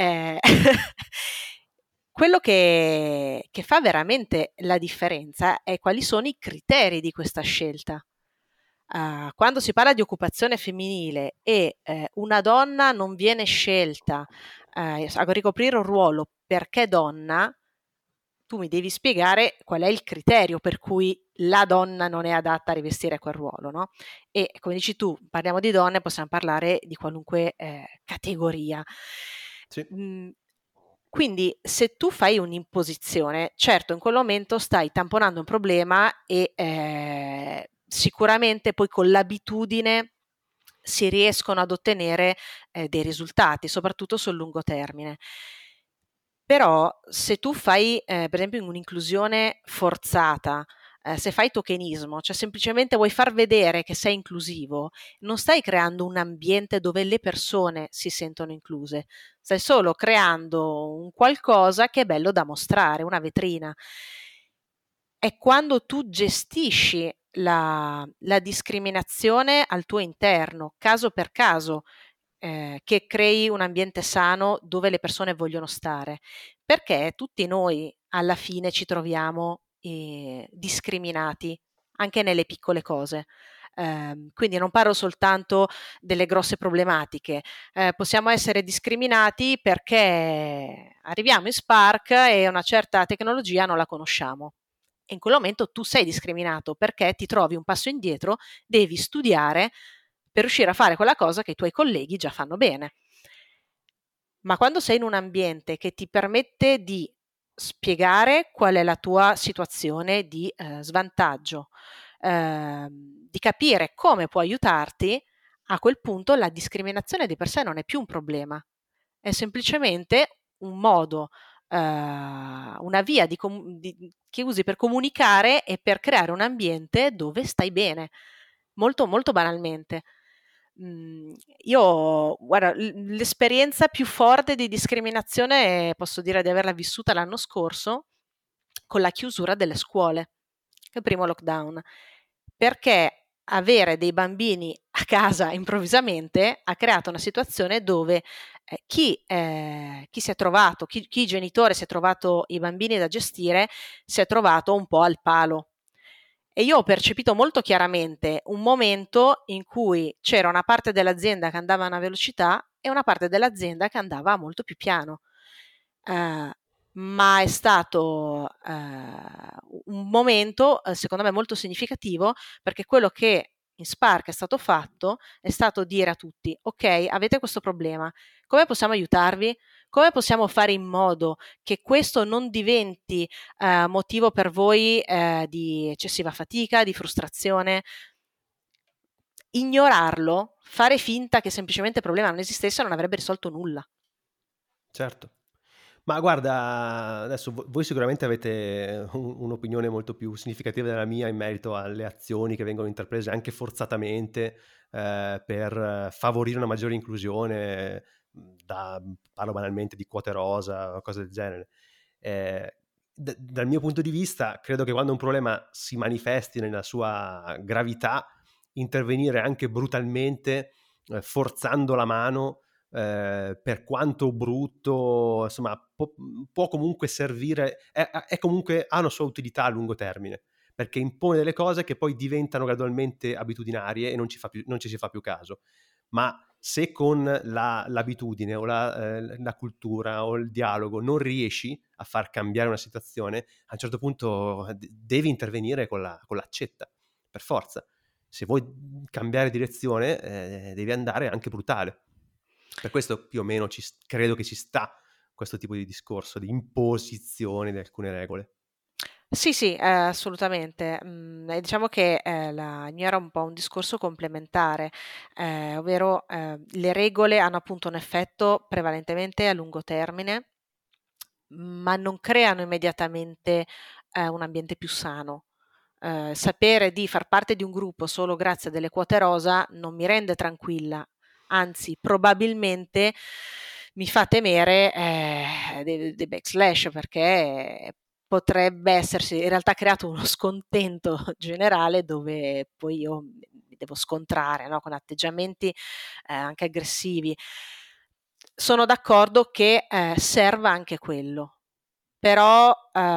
S2: quello che fa veramente la differenza è quali sono i criteri di questa scelta. Quando si parla di occupazione femminile e una donna non viene scelta a ricoprire un ruolo perché donna, tu mi devi spiegare qual è il criterio per cui la donna non è adatta a rivestire quel ruolo, no? E come dici tu, parliamo di donne, possiamo parlare di qualunque categoria.
S1: Sì.
S2: Quindi se tu fai un'imposizione, certo in quel momento stai tamponando un problema e sicuramente poi con l'abitudine si riescono ad ottenere dei risultati, soprattutto sul lungo termine. Però se tu fai, per esempio, un'inclusione forzata, se fai tokenismo, cioè semplicemente vuoi far vedere che sei inclusivo, non stai creando un ambiente dove le persone si sentono incluse, stai solo creando un qualcosa che è bello da mostrare, una vetrina. È quando tu gestisci la discriminazione al tuo interno, caso per caso, che crei un ambiente sano dove le persone vogliono stare, perché tutti noi alla fine ci troviamo discriminati anche nelle piccole cose. Quindi non parlo soltanto delle grosse problematiche, possiamo essere discriminati perché arriviamo in Spark e una certa tecnologia non la conosciamo. E in quel momento tu sei discriminato perché ti trovi un passo indietro, devi studiare per riuscire a fare quella cosa che i tuoi colleghi già fanno bene. Ma quando sei in un ambiente che ti permette di spiegare qual è la tua situazione di svantaggio, di capire come può aiutarti, a quel punto la discriminazione di per sé non è più un problema, è semplicemente un modo, una via che usi per comunicare e per creare un ambiente dove stai bene, molto, molto banalmente. Io guarda, l'esperienza più forte di discriminazione posso dire di averla vissuta l'anno scorso con la chiusura delle scuole, il primo lockdown, perché avere dei bambini a casa improvvisamente ha creato una situazione dove chi si è trovato, chi genitore si è trovato i bambini da gestire, si è trovato un po' al palo. E io ho percepito molto chiaramente un momento in cui c'era una parte dell'azienda che andava a una velocità e una parte dell'azienda che andava molto più piano. Ma è stato un momento, secondo me, molto significativo, perché quello che in Spark è stato fatto è stato dire a tutti: ok, avete questo problema, come possiamo aiutarvi? Come possiamo fare in modo che questo non diventi motivo per voi di eccessiva fatica, di frustrazione? Ignorarlo, fare finta che semplicemente il problema non esistesse, non avrebbe risolto nulla.
S1: Certo. Ma guarda, adesso voi sicuramente avete un'opinione molto più significativa della mia in merito alle azioni che vengono intraprese anche forzatamente per favorire una maggiore inclusione, parlo banalmente di quote rosa o cose del genere. Dal mio punto di vista, credo che quando un problema si manifesti nella sua gravità, intervenire anche brutalmente, forzando la mano, per quanto brutto, insomma, può comunque servire, comunque ha una sua utilità a lungo termine, perché impone delle cose che poi diventano gradualmente abitudinarie e non ci si fa più caso. Ma se con l'abitudine o la cultura o il dialogo non riesci a far cambiare una situazione, a un certo punto devi intervenire con l'accetta, per forza. Se vuoi cambiare direzione, devi andare anche brutale. Per questo più o meno credo che ci sta questo tipo di discorso di imposizione di alcune regole.
S2: Sì, assolutamente. E diciamo che il mio era un po' un discorso complementare, ovvero le regole hanno appunto un effetto prevalentemente a lungo termine, ma non creano immediatamente un ambiente più sano. Sapere di far parte di un gruppo solo grazie a delle quote rosa non mi rende tranquilla, anzi probabilmente mi fa temere dei backslash, perché potrebbe essersi in realtà creato uno scontento generale dove poi io mi devo scontrare, no, con atteggiamenti anche aggressivi. Sono d'accordo che serva anche quello, però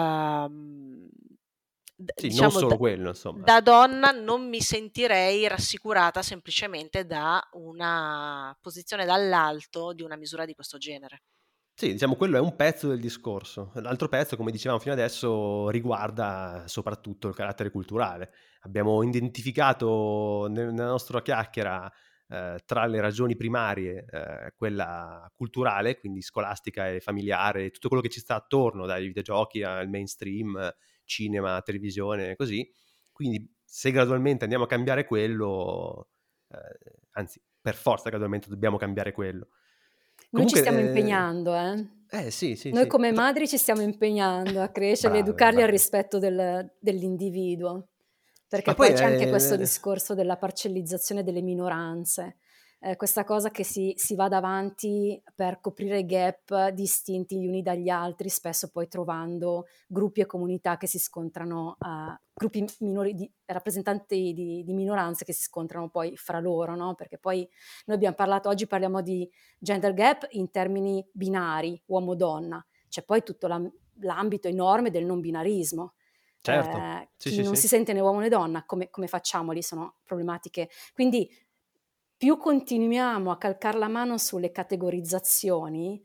S1: Sì, non
S2: diciamo
S1: solo quello, insomma.
S2: da donna non mi sentirei rassicurata semplicemente da una posizione dall'alto di una misura di questo genere.
S1: Sì, diciamo quello è un pezzo del discorso. L'altro pezzo, come dicevamo fino adesso, riguarda soprattutto il carattere culturale. Abbiamo identificato nella nostra chiacchiera tra le ragioni primarie quella culturale, quindi scolastica e familiare, tutto quello che ci sta attorno, dai videogiochi al mainstream, cinema, televisione, così. Quindi se gradualmente andiamo a cambiare quello, anzi, per forza gradualmente dobbiamo cambiare quello.
S4: Noi ci
S1: Comunque,
S4: stiamo impegnando, eh.
S1: sì.
S4: Noi come madri ci stiamo impegnando a crescerli,
S1: Brave,
S4: educarli al
S1: brave.
S4: rispetto dell'individuo, perché
S1: Ma poi
S4: poi c'è anche questo discorso della parcellizzazione delle minoranze, questa cosa che si va davanti per coprire gap distinti gli uni dagli altri, spesso poi trovando gruppi e comunità che si scontrano, gruppi minori rappresentanti di minoranze che si scontrano poi fra loro, no? Perché poi noi oggi parliamo di gender gap in termini binari, uomo-donna, c'è poi tutto l'ambito enorme del non binarismo.
S1: certo,
S4: Chi
S1: sì.
S4: non si sente né uomo né donna, come facciamo? Lì sono problematiche. Quindi più continuiamo a calcar la mano sulle categorizzazioni,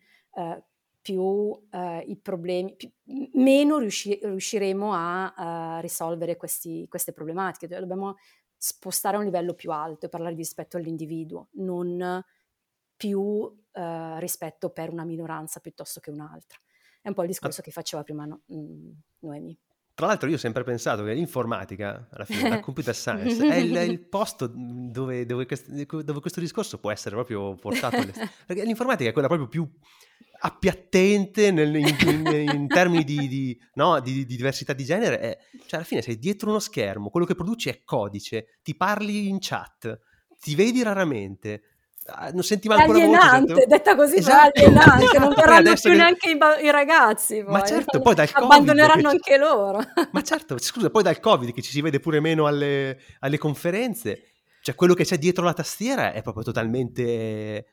S4: più i problemi, meno riusciremo a risolvere queste problematiche. Dobbiamo spostare a un livello più alto e parlare di rispetto all'individuo, non più rispetto per una minoranza piuttosto che un'altra. È un po' il discorso che faceva prima Noemi.
S1: Tra l'altro io ho sempre pensato che l'informatica, alla fine, la computer science, è il posto dove questo discorso può essere proprio portato perché l'informatica è quella proprio più appiattente in termini di diversità di genere. Cioè alla fine sei dietro uno schermo, quello che produci è codice, ti parli in chat, ti vedi raramente, non senti
S4: È
S1: manco la voce.
S4: alienante, detta così,
S1: Esatto,
S4: è alienante,
S1: esatto.
S4: non verranno più neanche i ragazzi poi.
S1: Ma certo, poi dal Covid
S4: abbandoneranno anche loro.
S1: Ma certo, scusa, poi dal Covid che ci si vede pure meno alle conferenze, cioè quello che c'è dietro la tastiera è proprio totalmente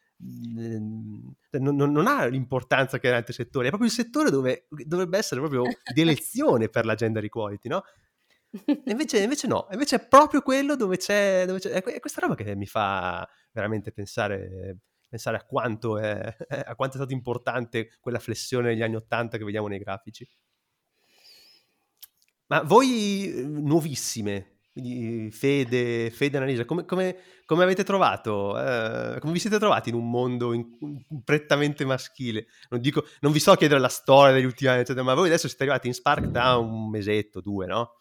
S1: non ha l'importanza che in altri settori, è proprio il settore dove dovrebbe essere proprio di elezione per la gender equality, no? E invece no, invece è proprio quello dove c'è è questa roba che mi fa veramente pensare a quanto è stato importante quella flessione negli anni '80 che vediamo nei grafici. Ma voi nuovissime, quindi Fede e Annalisa, come avete trovato? Come vi siete trovati in un mondo prettamente maschile? Non vi so chiedere la storia degli ultimi anni, eccetera, ma voi adesso siete arrivati in Spark da un mesetto, 2, no?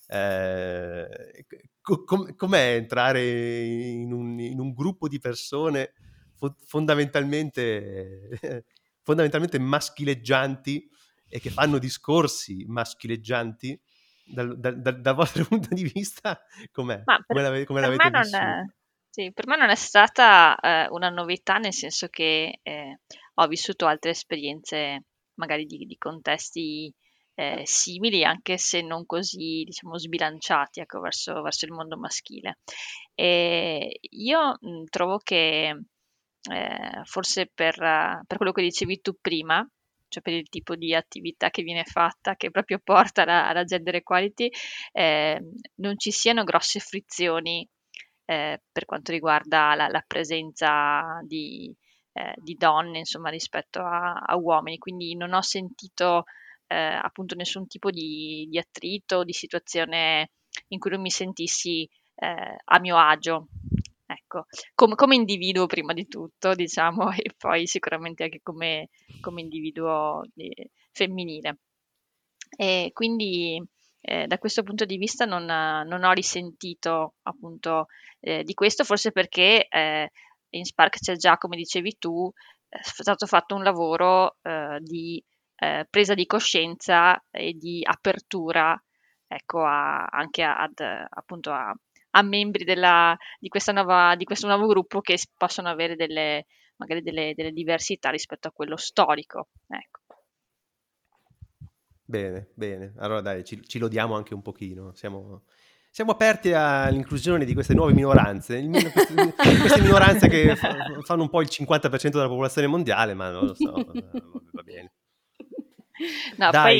S1: Com'è entrare in un gruppo di persone fondamentalmente maschileggianti e che fanno discorsi maschileggianti? Dal vostro punto di vista com'è?
S5: Ma
S1: Come l'avete vissuta?
S5: Per me non è stata una novità, nel senso che ho vissuto altre esperienze magari di contesti simili, anche se non così, diciamo, sbilanciati, ecco, verso il mondo maschile. E io trovo che forse per quello che dicevi tu prima, cioè per il tipo di attività che viene fatta, che proprio porta alla gender equality, non ci siano grosse frizioni per quanto riguarda la presenza di donne, insomma, rispetto a uomini. Quindi non ho sentito appunto nessun tipo di attrito, di situazione in cui non mi sentissi a mio agio. Ecco, come individuo prima di tutto, diciamo, e poi sicuramente anche come individuo femminile. E quindi da questo punto di vista non ho risentito appunto di questo, forse perché in Spark c'è già, come dicevi tu, è stato fatto un lavoro di presa di coscienza e di apertura, ecco, anche appunto a membri di questo nuovo gruppo che possono avere magari delle diversità rispetto a quello storico, ecco.
S1: Bene, bene. Allora dai, ci lodiamo anche un pochino. Siamo aperti all'inclusione di queste nuove minoranze, queste minoranze che fanno un po' il 50% della popolazione mondiale, ma non lo so, va bene.
S5: No,
S1: Dai,
S5: poi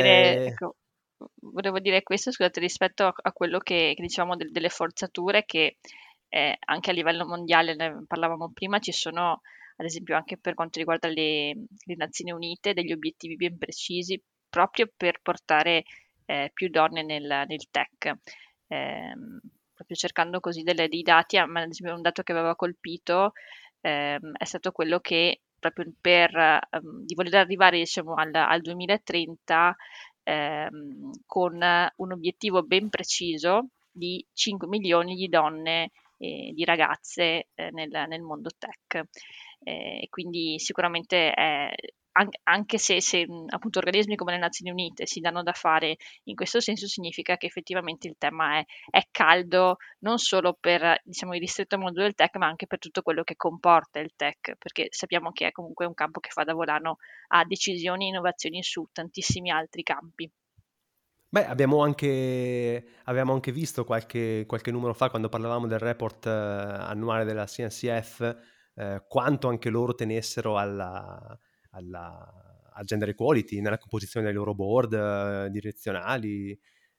S5: volevo dire questo, scusate, rispetto a quello che dicevamo delle forzature, che anche a livello mondiale, ne parlavamo prima, ci sono, ad esempio, anche per quanto riguarda le Nazioni Unite, degli obiettivi ben precisi proprio per portare più donne nel tech. Proprio cercando così dei dati, ma ad esempio un dato che aveva colpito è stato quello che proprio di voler arrivare, diciamo, al 2030 con un obiettivo ben preciso di 5 milioni di donne e di ragazze nel mondo tech. E quindi sicuramente anche se appunto organismi come le Nazioni Unite si danno da fare in questo senso, significa che effettivamente il tema è caldo non solo per, diciamo, il ristretto mondo del tech, ma anche per tutto quello che comporta il tech, perché sappiamo che è comunque un campo che fa da volano a decisioni e innovazioni su tantissimi altri campi.
S1: Beh, avevamo anche visto qualche numero fa, quando parlavamo del report annuale della CNCF, quanto anche loro tenessero al gender equality nella composizione dei loro board direzionali.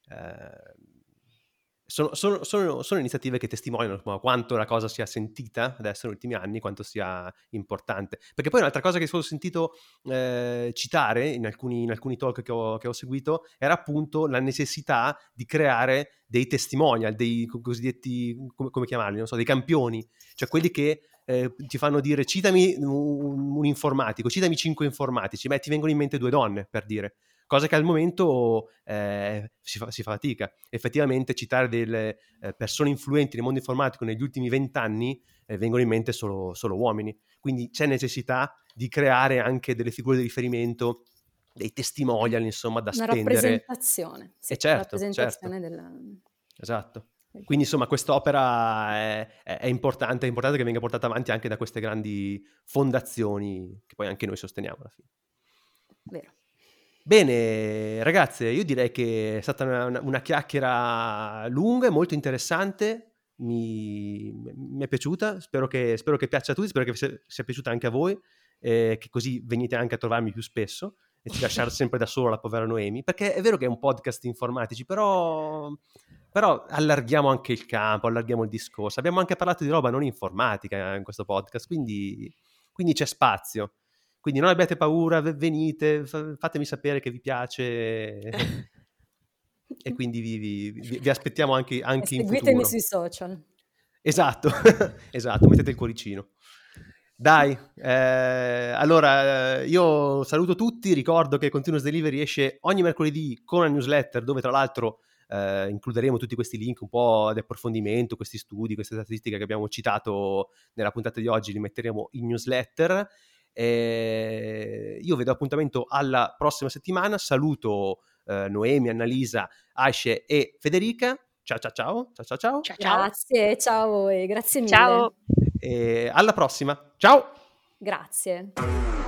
S1: Sono iniziative che testimoniano quanto la cosa sia sentita adesso negli ultimi anni, quanto sia importante. Perché poi un'altra cosa che ho sentito citare in alcuni talk che ho seguito era appunto la necessità di creare dei testimonial, dei cosiddetti, come chiamarli, non so, dei campioni, cioè quelli che ti fanno dire citami un informatico, citami 5 informatici, beh, ti vengono in mente 2 donne, per dire. Cosa che al momento si fa fatica. Effettivamente citare delle persone influenti nel mondo informatico negli ultimi 20 anni vengono in mente solo uomini. Quindi c'è necessità di creare anche delle figure di riferimento, dei testimonial, insomma, da spendere.
S4: Una rappresentazione. Sì,
S1: certo. Esatto. Quindi insomma quest'opera è importante che venga portata avanti anche da queste grandi fondazioni che poi anche noi sosteniamo alla fine.
S4: Vero.
S1: Bene, ragazze, io direi che è stata una chiacchiera lunga e molto interessante, mi è piaciuta, spero che piaccia a tutti, spero che sia piaciuta anche a voi, che così venite anche a trovarmi più spesso e ci lasciare sempre da solo la povera Noemi, perché è vero che è un podcast informatici, però allarghiamo anche il campo, allarghiamo il discorso, abbiamo anche parlato di roba non informatica in questo podcast, quindi c'è spazio. Quindi non abbiate paura, venite, fatemi sapere che vi piace e quindi vi aspettiamo anche in futuro.
S4: Seguitemi sui social.
S1: Esatto, mettete il cuoricino. Dai, allora io saluto tutti, ricordo che Continuous Delivery esce ogni mercoledì con una newsletter dove tra l'altro includeremo tutti questi link un po' di approfondimento, questi studi, queste statistiche che abbiamo citato nella puntata di oggi, li metteremo in newsletter. Io vedo appuntamento alla prossima settimana, saluto Noemi, Annalisa, Aisce e Federica. Ciao.
S4: Grazie, ciao e grazie mille.
S5: Ciao.
S1: Alla prossima, ciao.
S4: Grazie.